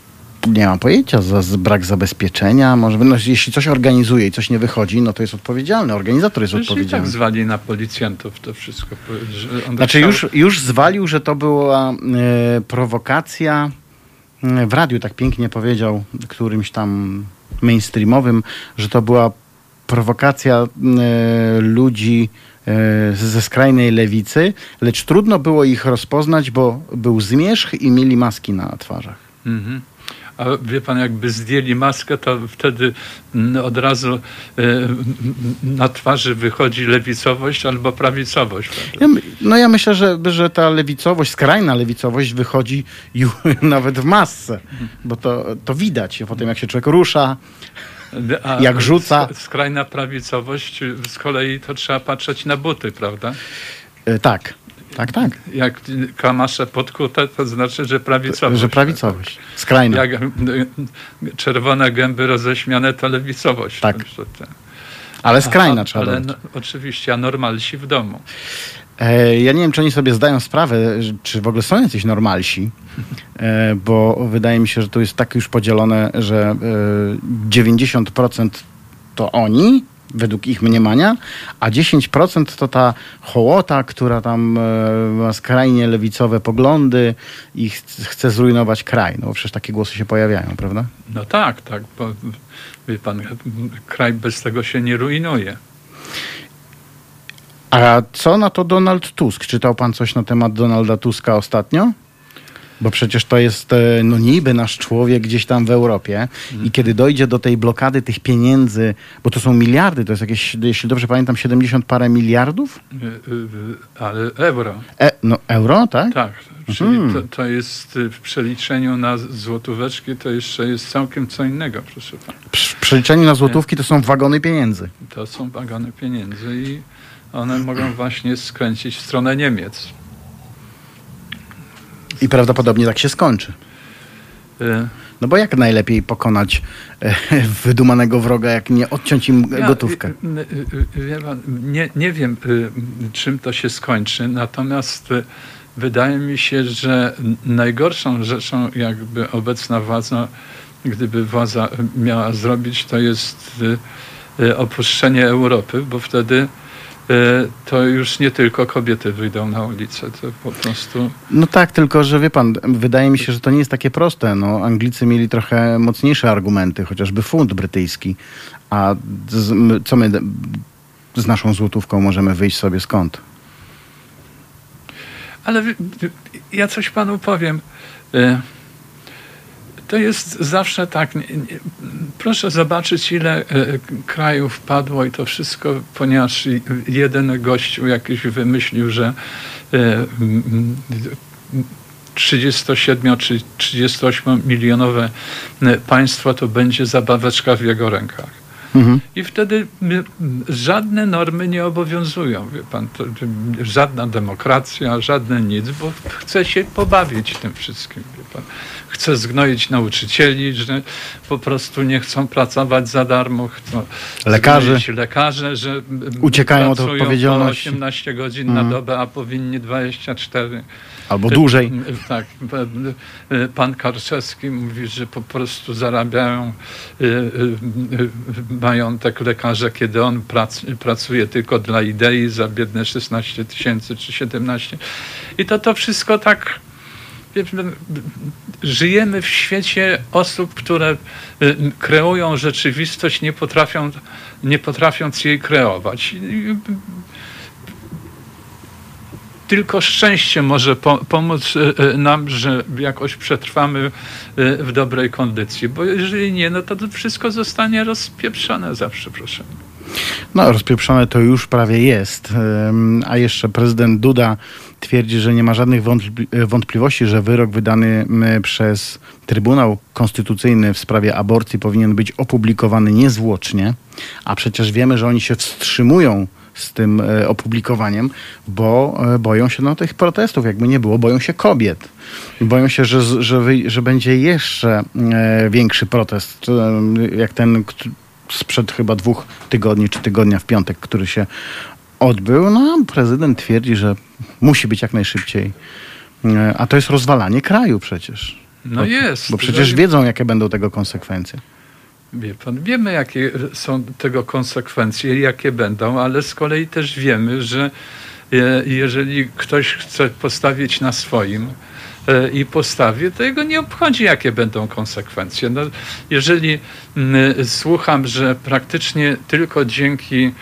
nie mam pojęcia, za brak zabezpieczenia. Może, no, jeśli coś organizuje i coś nie wychodzi, no to jest odpowiedzialny. Organizator jest Już i odpowiedzialny. tak zwali na policjantów to wszystko. Że on Znaczy chciał- już zwalił, że to była prowokacja. W radiu tak pięknie powiedział którymś tam mainstreamowym, że to była prowokacja ludzi ze skrajnej lewicy, lecz trudno było ich rozpoznać, bo był zmierzch i mieli maski na twarzach. Mhm. A wie pan, jakby zdjęli maskę, to wtedy od razu na twarzy wychodzi lewicowość albo prawicowość. Prawda? Ja myślę, że ta lewicowość, skrajna lewicowość wychodzi nawet w masce, bo to widać potem, jak się człowiek rusza, A jak rzuca. Skrajna prawicowość, z kolei to trzeba patrzeć na buty, prawda? Tak. Jak kamasze podkute, to znaczy, że prawicowość. Że prawicowość. Skrajna. Jak czerwone gęby roześmiane, to lewicowość. Tak. Także Ale skrajna trzeba Ale dodać. oczywiście, a normalsi w domu. Ja nie wiem, czy oni sobie zdają sprawę, czy w ogóle są jacyś normalsi, bo wydaje mi się, że to jest tak już podzielone, że 90% to oni, według ich mniemania, a 10% to ta hołota, która tam ma skrajnie lewicowe poglądy i chce zrujnować kraj. No bo przecież takie głosy się pojawiają, prawda? No tak, bo wie pan, kraj bez tego się nie rujnuje. A co na to Donald Tusk? Czytał pan coś na temat Donalda Tuska ostatnio? Bo przecież to jest no niby nasz człowiek gdzieś tam w Europie i kiedy dojdzie do tej blokady tych pieniędzy, bo to są miliardy, to jest jakieś, jeśli dobrze pamiętam, 70 parę miliardów? Ale euro. No euro, tak? Tak, czyli to jest w przeliczeniu na złotóweczki, to jeszcze jest całkiem co innego, proszę pana. W przeliczeniu na złotówki to są wagony pieniędzy. To są wagony pieniędzy i one mogą właśnie skręcić w stronę Niemiec. I prawdopodobnie tak się skończy. No bo jak najlepiej pokonać wydumanego wroga, jak nie odciąć im gotówkę? Wie pan, nie wiem, czym to się skończy, natomiast wydaje mi się, że najgorszą rzeczą, jakby obecna władza, gdyby władza miała zrobić, to jest opuszczenie Europy, bo wtedy to już nie tylko kobiety wyjdą na ulicę, to po prostu... No tak, tylko że wie pan, wydaje mi się, że to nie jest takie proste. No, Anglicy mieli trochę mocniejsze argumenty, chociażby funt brytyjski. A co my z naszą złotówką możemy wyjść sobie skąd? Ale ja coś panu powiem. To jest zawsze tak. Proszę zobaczyć, ile krajów padło i to wszystko, ponieważ jeden gościu jakiś wymyślił, że 37 czy 38 milionowe państwo to będzie zabaweczka w jego rękach. I wtedy żadne normy nie obowiązują, wie pan, żadna demokracja, żadne nic, bo chce się pobawić tym wszystkim, wie pan. Chce zgnoić nauczycieli, że po prostu nie chcą pracować za darmo, chcą lekarze, że uciekają od pracują odpowiedzialności. po 18 godzin na dobę, a powinni 24. Albo dłużej. Tak. Pan Karczewski mówi, że po prostu zarabiają majątek lekarza, kiedy on pracuje tylko dla idei za biedne 16 000 czy 17. I to wszystko tak... Żyjemy w świecie osób, które kreują rzeczywistość, nie potrafiąc jej kreować. Tylko szczęście może pomóc nam, że jakoś przetrwamy w dobrej kondycji, bo jeżeli nie, no to wszystko zostanie rozpieprzone zawsze, proszę. No, rozpieprzone to już prawie jest. A jeszcze prezydent Duda twierdzi, że nie ma żadnych wątpliwości, że wyrok wydany przez Trybunał Konstytucyjny w sprawie aborcji powinien być opublikowany niezwłocznie, a przecież wiemy, że oni się wstrzymują z tym opublikowaniem, bo boją się tych protestów, jakby nie było, boją się kobiet. Boją się, że będzie jeszcze większy protest, jak ten sprzed chyba 2 tygodni, czy tygodnia w piątek, który się odbył. No, prezydent twierdzi, że musi być jak najszybciej. A to jest rozwalanie kraju przecież. No jest. Bo przecież wiedzą, jakie będą tego konsekwencje. Wie pan, wiemy, jakie są tego konsekwencje, jakie będą, ale z kolei też wiemy, że jeżeli ktoś chce postawić na swoim i postawi, to jego nie obchodzi, jakie będą konsekwencje. No, jeżeli słucham, że praktycznie tylko dzięki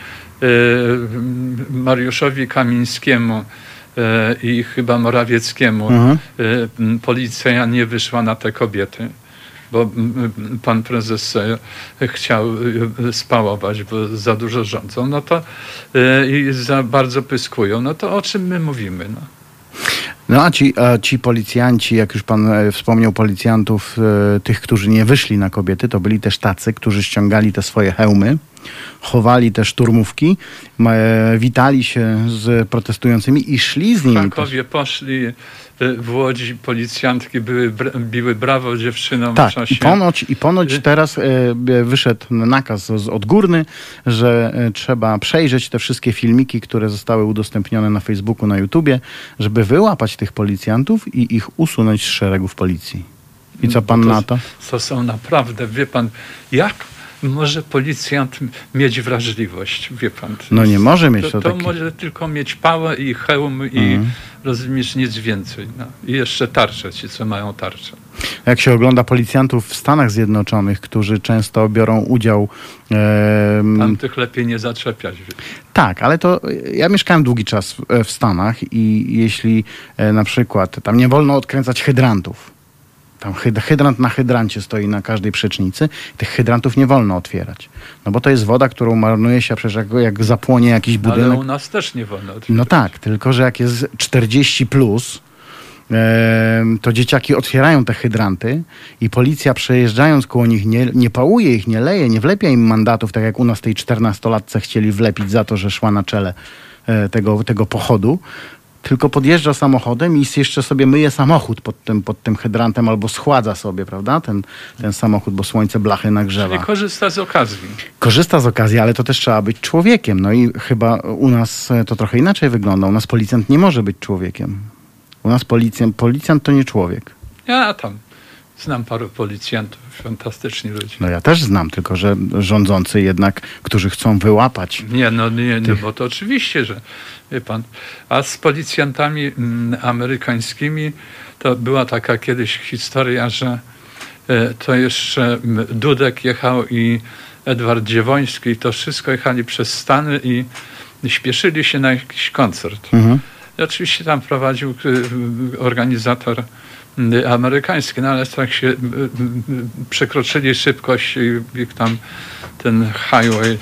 Mariuszowi Kamińskiemu i chyba Morawieckiemu policja nie wyszła na te kobiety, bo pan prezes chciał spałować, bo za dużo rządzą, no to i za bardzo pyskują, no to o czym my mówimy? No. No a ci policjanci, jak już pan wspomniał, policjantów, tych, którzy nie wyszli na kobiety, to byli też tacy, którzy ściągali te swoje hełmy, chowali te szturmówki, witali się z protestującymi i szli z nimi. W Krakowie poszli, w Łodzi policjantki biły brawo dziewczynom. Tak, w czasie. i ponoć teraz wyszedł nakaz odgórny, że trzeba przejrzeć te wszystkie filmiki, które zostały udostępnione na Facebooku, na YouTubie, żeby wyłapać tych policjantów i ich usunąć z szeregów policji. I co pan na to? To są naprawdę, wie pan, jak może policjant mieć wrażliwość, wie pan? No nie może mieć to może tylko mieć pałę i hełm i rozumiesz, nic więcej. No. I jeszcze tarcze, ci co mają tarcze. Jak się ogląda policjantów w Stanach Zjednoczonych, którzy często biorą udział... Tam tych lepiej nie zaczepiać. Tak, ale to ja mieszkałem długi czas w Stanach i jeśli na przykład tam nie wolno odkręcać hydrantów, tam hydrant na hydrancie stoi na każdej przecznicy. Tych hydrantów nie wolno otwierać. No bo to jest woda, którą marnuje się przecież jak zapłonie jakiś budynek. Ale u nas też nie wolno otwierać. No tak, tylko że jak jest 40 plus, to dzieciaki otwierają te hydranty i policja przejeżdżając koło nich nie pałuje ich, nie leje, nie wlepia im mandatów, tak jak u nas tej 14-latce chcieli wlepić za to, że szła na czele tego pochodu. Tylko podjeżdża samochodem i jeszcze sobie myje samochód pod tym hydrantem albo schładza sobie, prawda, ten samochód, bo słońce blachy nagrzewa. Czyli korzysta z okazji. Korzysta z okazji, ale to też trzeba być człowiekiem. No i chyba u nas to trochę inaczej wygląda. U nas policjant nie może być człowiekiem. U nas policjant to nie człowiek. Ja tam znam paru policjantów, fantastyczni ludzie. No ja też znam, tylko że rządzący jednak, którzy chcą wyłapać. Nie, bo to oczywiście, że wie pan. A z policjantami amerykańskimi to była taka kiedyś historia, że to jeszcze Dudek jechał i Edward Dziewoński, to wszystko jechali przez Stany i śpieszyli się na jakiś koncert. I oczywiście tam prowadził organizator amerykański, no ale tak się przekroczyli szybkość i tam ten highway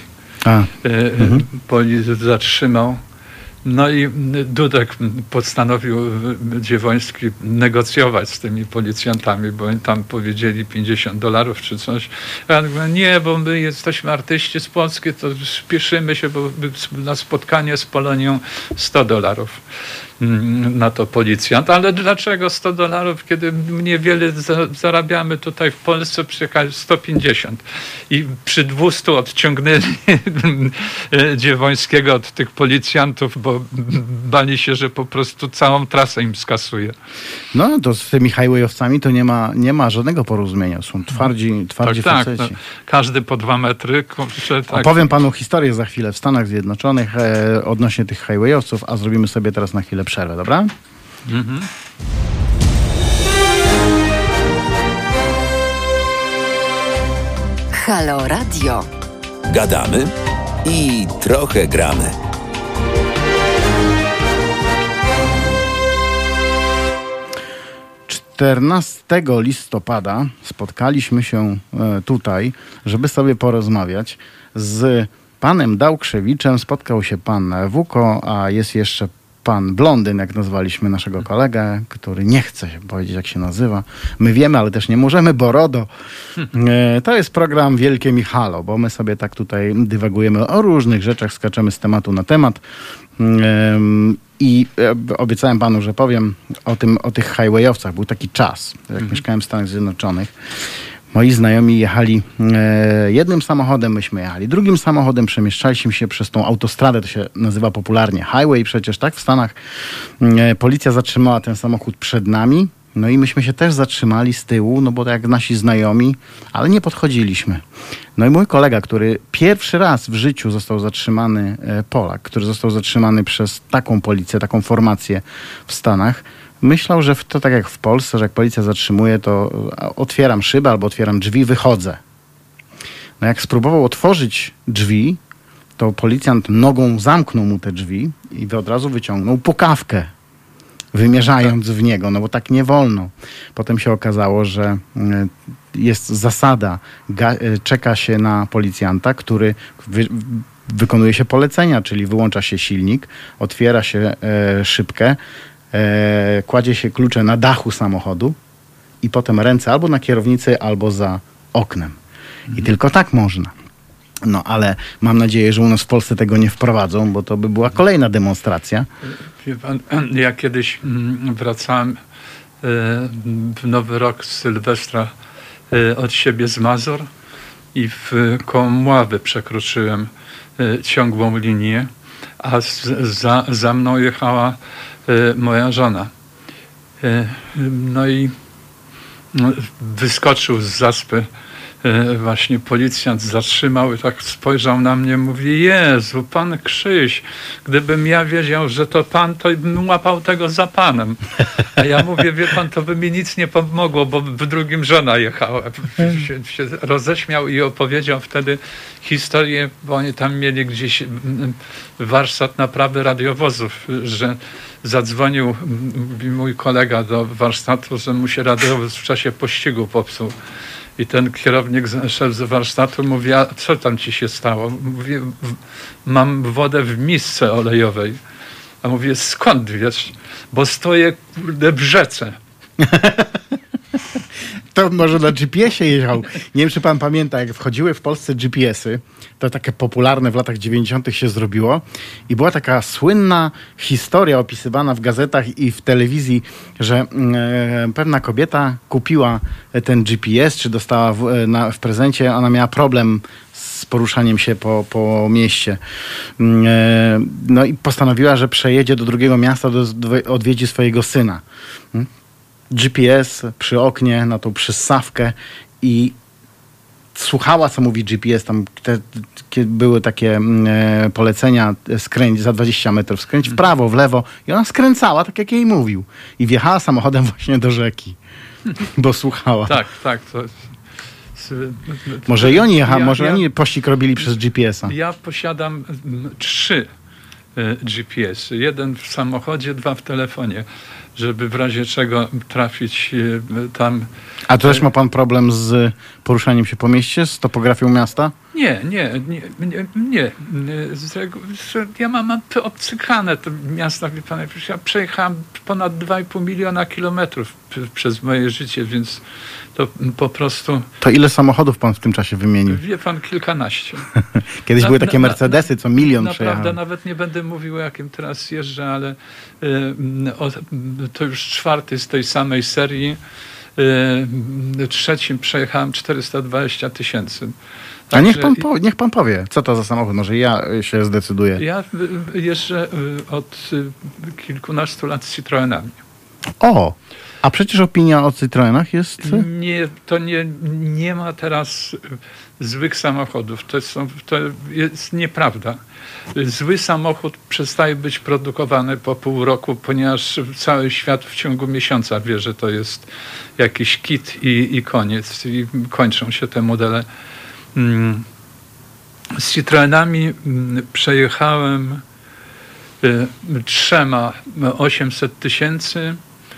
policjant zatrzymał. No i Dudek postanowił Dziewoński negocjować z tymi policjantami, bo oni tam powiedzieli $50 czy coś. A ja mówię, nie, bo my jesteśmy artyści z Polski, to spieszymy się, bo na spotkanie z Polonią $100 na to policjant. Ale dlaczego $100, kiedy niewiele zarabiamy tutaj w Polsce, przyjechali 150. I przy 200 odciągnęli Dziewońskiego od tych policjantów, bo bali się, że po prostu całą trasę im skasuje. No to z tymi highwayowcami to nie ma żadnego porozumienia. Są twardzi faceci. Tak, no, każdy po 2 metry. Tak. Opowiem panu historię za chwilę w Stanach Zjednoczonych odnośnie tych highwayowców, a zrobimy sobie teraz na chwilę przerwę, dobra? Halo Radio. Gadamy i trochę gramy. Czternastego listopada spotkaliśmy się tutaj, żeby sobie porozmawiać z panem Dałkrzewiczem. Spotkał się pan Wuko, a jest jeszcze pan Blondyn, jak nazwaliśmy naszego kolegę, który nie chce się powiedzieć, jak się nazywa. My wiemy, ale też nie możemy, bo RODO. To jest program Wielkie Michalo, bo my sobie tak tutaj dywagujemy o różnych rzeczach, skaczemy z tematu na temat. I obiecałem panu, że powiem o tych highwayowcach. Był taki czas, jak mieszkałem w Stanach Zjednoczonych. Moi znajomi jechali jednym samochodem, myśmy jechali drugim samochodem, przemieszczaliśmy się przez tą autostradę, to się nazywa popularnie highway przecież, tak? W Stanach policja zatrzymała ten samochód przed nami, No i myśmy się też zatrzymali z tyłu, no bo tak jak nasi znajomi, ale nie podchodziliśmy. No i mój kolega, który pierwszy raz w życiu został zatrzymany, Polak, który został zatrzymany przez taką policję, taką formację w Stanach, myślał, że to tak jak w Polsce, że jak policja zatrzymuje, to otwieram szybę albo otwieram drzwi, wychodzę. No jak spróbował otworzyć drzwi, to policjant nogą zamknął mu te drzwi i od razu wyciągnął pukawkę, wymierzając w niego, no bo tak nie wolno. Potem się okazało, że jest zasada, czeka się na policjanta, który wykonuje się polecenia, czyli wyłącza się silnik, otwiera się szybkę, kładzie się klucze na dachu samochodu i potem ręce albo na kierownicy, albo za oknem. I tylko tak można. No ale mam nadzieję, że u nas w Polsce tego nie wprowadzą, bo to by była kolejna demonstracja. Wie pan, ja kiedyś wracałem w Nowy Rok z Sylwestra od siebie z Mazur i koło Mławy przekroczyłem ciągłą linię, a za mną jechała moja żona. No i wyskoczył z zaspy właśnie policjant, zatrzymał i tak spojrzał na mnie, mówi: Jezu, pan Krzyś, gdybym ja wiedział, że to pan, to bym łapał tego za panem. A ja mówię: wie pan, to by mi nic nie pomogło, bo w drugim żona jechała. Się roześmiał i opowiedział wtedy historię, bo oni tam mieli gdzieś warsztat naprawy radiowozów, że zadzwonił mój kolega do warsztatu, że mu się radiowóz w czasie pościgu popsuł. I ten kierownik, szef z warsztatu mówi: a co tam ci się stało? Mówi: mam wodę w misce olejowej. A mówię: skąd wiesz? Bo stoję w rzece. To może na GPS-ie jechał. Nie wiem, czy pan pamięta, jak wchodziły w Polsce GPS-y, to takie popularne w latach 90. się zrobiło i była taka słynna historia opisywana w gazetach i w telewizji, że pewna kobieta kupiła ten GPS, czy dostała w prezencie, ona miała problem z poruszaniem się po mieście. No i postanowiła, że przejedzie do drugiego miasta, odwiedzi swojego syna. GPS przy oknie, na tą przyssawkę i słuchała, co mówi GPS. Tam były takie polecenia: skręć za 20 metrów, skręć w prawo, w lewo. I ona skręcała, tak jak jej mówił. I wjechała samochodem właśnie do rzeki, bo słuchała. Tak. Może i oni jechali, może oni pościg robili przez GPS-a. Ja posiadam 3 GPS-y. Jeden w samochodzie, 2 w telefonie, żeby w razie czego trafić tam. A to też ma pan problem z poruszaniem się po mieście, z topografią miasta? Nie. Ja mam obcykane te miasta, wie pan. Ja przejechałem ponad 2,5 miliona kilometrów przez moje życie, więc to po prostu... To ile samochodów pan w tym czasie wymienił? Wie pan, kilkanaście. Kiedyś były takie Mercedesy, co milion przejechały. Naprawdę nawet nie będę mówił, jakim teraz jeżdżę, ale to już 4 z tej samej serii. 3 przejechałem 420 000. A niech pan powie, co to za samochód, może ja się zdecyduję. Ja jeżdżę od kilkunastu lat Citroenami. O, a przecież opinia o Citroenach jest... Nie ma teraz złych samochodów. To jest nieprawda. Zły samochód przestaje być produkowany po pół roku, ponieważ cały świat w ciągu miesiąca wie, że to jest jakiś kit i koniec. I kończą się te modele. Z Citroenami przejechałem 3 800 000.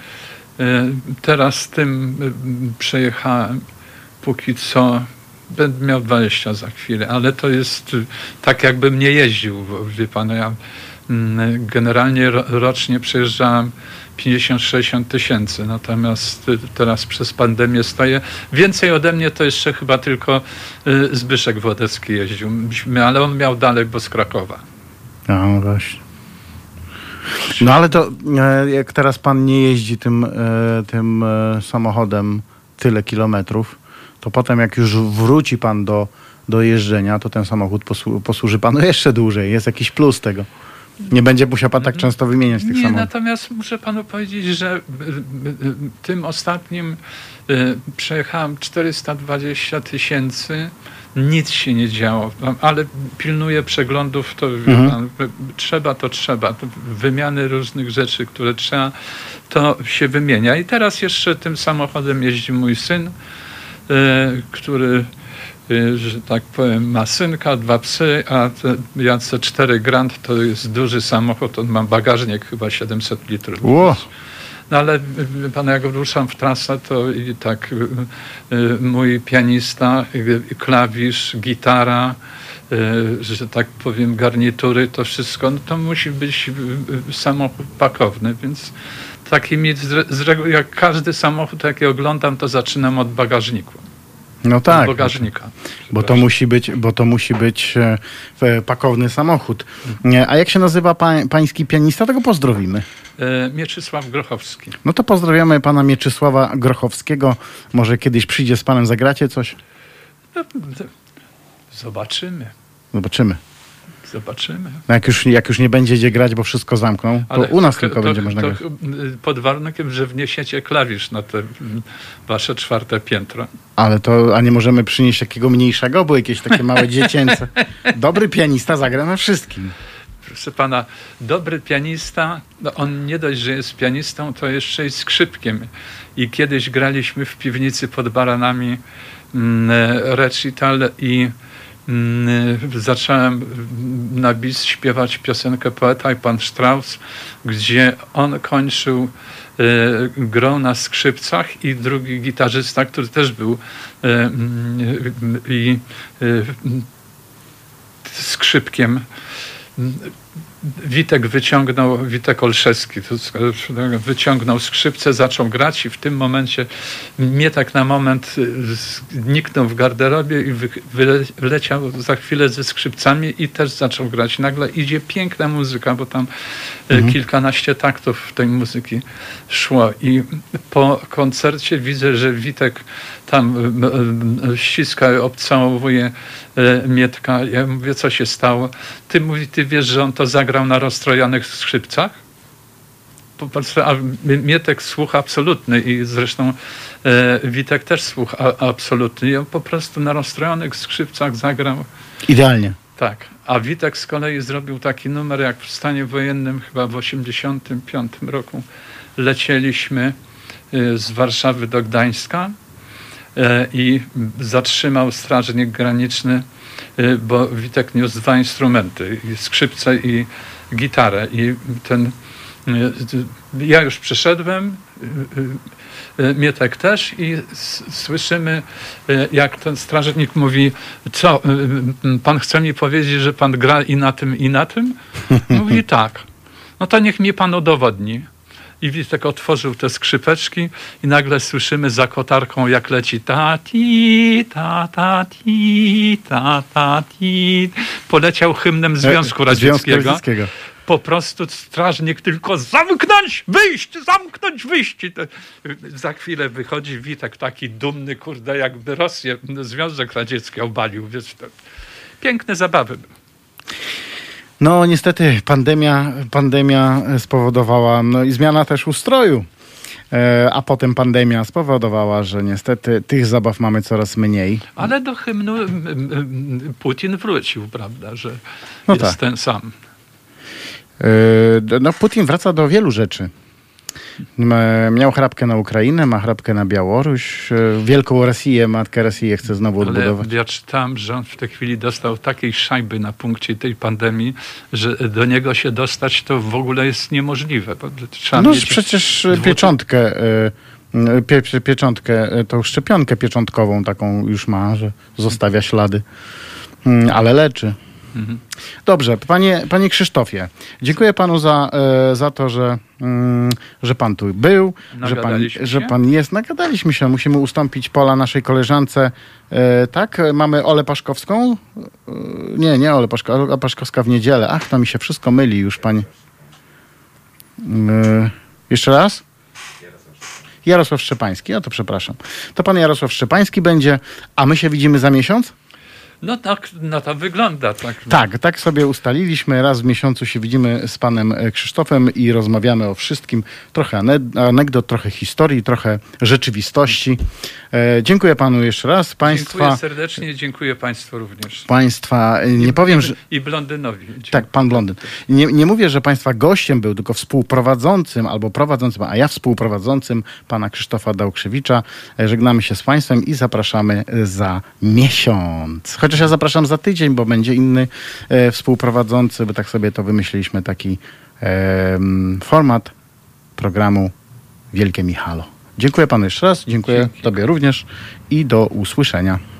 Teraz tym przejechałem póki co, będę miał 20 za chwilę, ale to jest tak, jakbym nie jeździł, wie pan. Ja generalnie rocznie przejeżdżałem 50-60 000, natomiast teraz przez pandemię stoję. Więcej ode mnie to jeszcze chyba tylko Zbyszek Wodecki jeździł, ale on miał dalej, bo z Krakowa. No właśnie. No ale to jak teraz pan nie jeździ tym samochodem tyle kilometrów, to potem jak już wróci pan do jeżdżenia, to ten samochód posłuży panu jeszcze dłużej. Jest jakiś plus tego. Nie będzie musiał pan tak często wymieniać tych Nie, samochodów. natomiast muszę panu powiedzieć, że tym ostatnim przejechałem 420 000, nic się nie działo, ale pilnuję przeglądów, to wie pan, trzeba. To wymiany różnych rzeczy, które trzeba, to się wymienia. I teraz jeszcze tym samochodem jeździ mój syn, który, że tak powiem, ma synka, 2 psy, a Jance 4 Grand to jest duży samochód, on ma bagażnik chyba 700 litrów. Ło. No ale wie pan, jak ruszam w trasę, to i tak mój pianista, klawisz, gitara, że tak powiem, garnitury, to wszystko, no to musi być samochód pakowny, więc taki mieć z reguły, jak każdy samochód, jaki oglądam, to zaczynam od bagażniku. No tak. Od bagażnika. Bo to musi być pakowny samochód. A jak się nazywa pański pianista, to go pozdrowimy. Mieczysław Grochowski. No to pozdrawiamy pana Mieczysława Grochowskiego. Może kiedyś przyjdzie z panem, zagracie coś? No, zobaczymy. Zobaczymy. No Jak już nie będzie gdzie grać, bo wszystko zamkną, to u nas tylko będzie można grać. Pod warunkiem, że wniesiecie klawisz na te wasze 4. piętro. Ale to, a nie możemy przynieść takiego mniejszego, bo jakieś takie małe dziecięce. Dobry pianista zagra na wszystkim. Proszę pana, dobry pianista, no on nie dość, że jest pianistą, to jeszcze jest skrzypkiem. I kiedyś graliśmy w piwnicy pod Baranami recital i zacząłem na bis śpiewać piosenkę Poeta i pan Strauss, gdzie on kończył grą na skrzypcach i drugi gitarzysta, który też był skrzypkiem, Witek Olszewski wyciągnął skrzypce, zaczął grać i w tym momencie Mietek na moment zniknął w garderobie i wyleciał za chwilę ze skrzypcami i też zaczął grać. Nagle idzie piękna muzyka, bo tam kilkanaście taktów tej muzyki szło i po koncercie widzę, że Witek tam ściska i obcałowuje Mietka. Ja mówię, co się stało? Ty wiesz, że on to zagrał na rozstrojonych skrzypcach? Po prostu, a Mietek słuch absolutny i zresztą Witek też słuch absolutny. I on po prostu na rozstrojonych skrzypcach zagrał. Idealnie. Tak. A Witek z kolei zrobił taki numer, jak w stanie wojennym chyba w 1985 roku lecieliśmy z Warszawy do Gdańska i zatrzymał strażnik graniczny, bo Witek niósł 2 instrumenty, skrzypce i gitarę. I ja już przyszedłem, Mietek też i słyszymy, jak ten strażnik mówi, co, pan chce mi powiedzieć, że pan gra i na tym? Mówi tak. No to niech mnie pan udowodni. I Witek otworzył te skrzypeczki i nagle słyszymy za kotarką, jak leci ta ti, ta ti, ta ti. Poleciał hymnem Związku Radzieckiego. Po prostu strażnik tylko zamknąć, wyjść. Za chwilę wychodzi Witek taki dumny, kurde, jakby Rosję, Związek Radziecki obalił. Wiesz, to piękne zabawy. No niestety pandemia spowodowała, no i zmiana też ustroju, a potem pandemia spowodowała, że niestety tych zabaw mamy coraz mniej. Ale do hymnu Putin wrócił, prawda, że no jest tak. ten sam. No Putin wraca do wielu rzeczy. Miał chrapkę na Ukrainę, ma chrapkę na Białoruś, wielką Rosję, matkę Rosję chce znowu odbudować. Ale ja czytałem, że on w tej chwili dostał takiej szajby na punkcie tej pandemii, że do niego się dostać to w ogóle jest niemożliwe. Bo trzeba no mieć przecież pieczątkę, tą szczepionkę pieczątkową taką już ma, że zostawia ślady, ale leczy. Dobrze, panie Krzysztofie, dziękuję panu za to, że pan tu był, że pan jest. Nagadaliśmy się, musimy ustąpić pola naszej koleżance. Tak, mamy Olę Paszkowską? Nie Olę Paszkowską, Ola Paszkowska w niedzielę. Ach, to mi się wszystko myli już, pani. Jeszcze raz? Jarosław Szczepański, to przepraszam. To pan Jarosław Szczepański będzie, a my się widzimy za miesiąc? No tak, no to wygląda. Tak sobie ustaliliśmy. Raz w miesiącu się widzimy z panem Krzysztofem i rozmawiamy o wszystkim. Trochę anegdot, trochę historii, trochę rzeczywistości. Dziękuję panu jeszcze raz. Dziękuję serdecznie, dziękuję państwu również. Państwa, nie powiem, że... I blondynowi. Dziękuję. Tak, pan blondyn. Nie mówię, że państwa gościem był, tylko współprowadzącym albo prowadzącym, a ja współprowadzącym pana Krzysztofa Dałkrzewicza. Żegnamy się z państwem i zapraszamy za miesiąc. Chociaż ja zapraszam za tydzień, bo będzie inny współprowadzący, bo tak sobie to wymyśliliśmy, taki format programu Wielkie Michalo. Dziękuję panu jeszcze raz, dziękuję tobie również i do usłyszenia.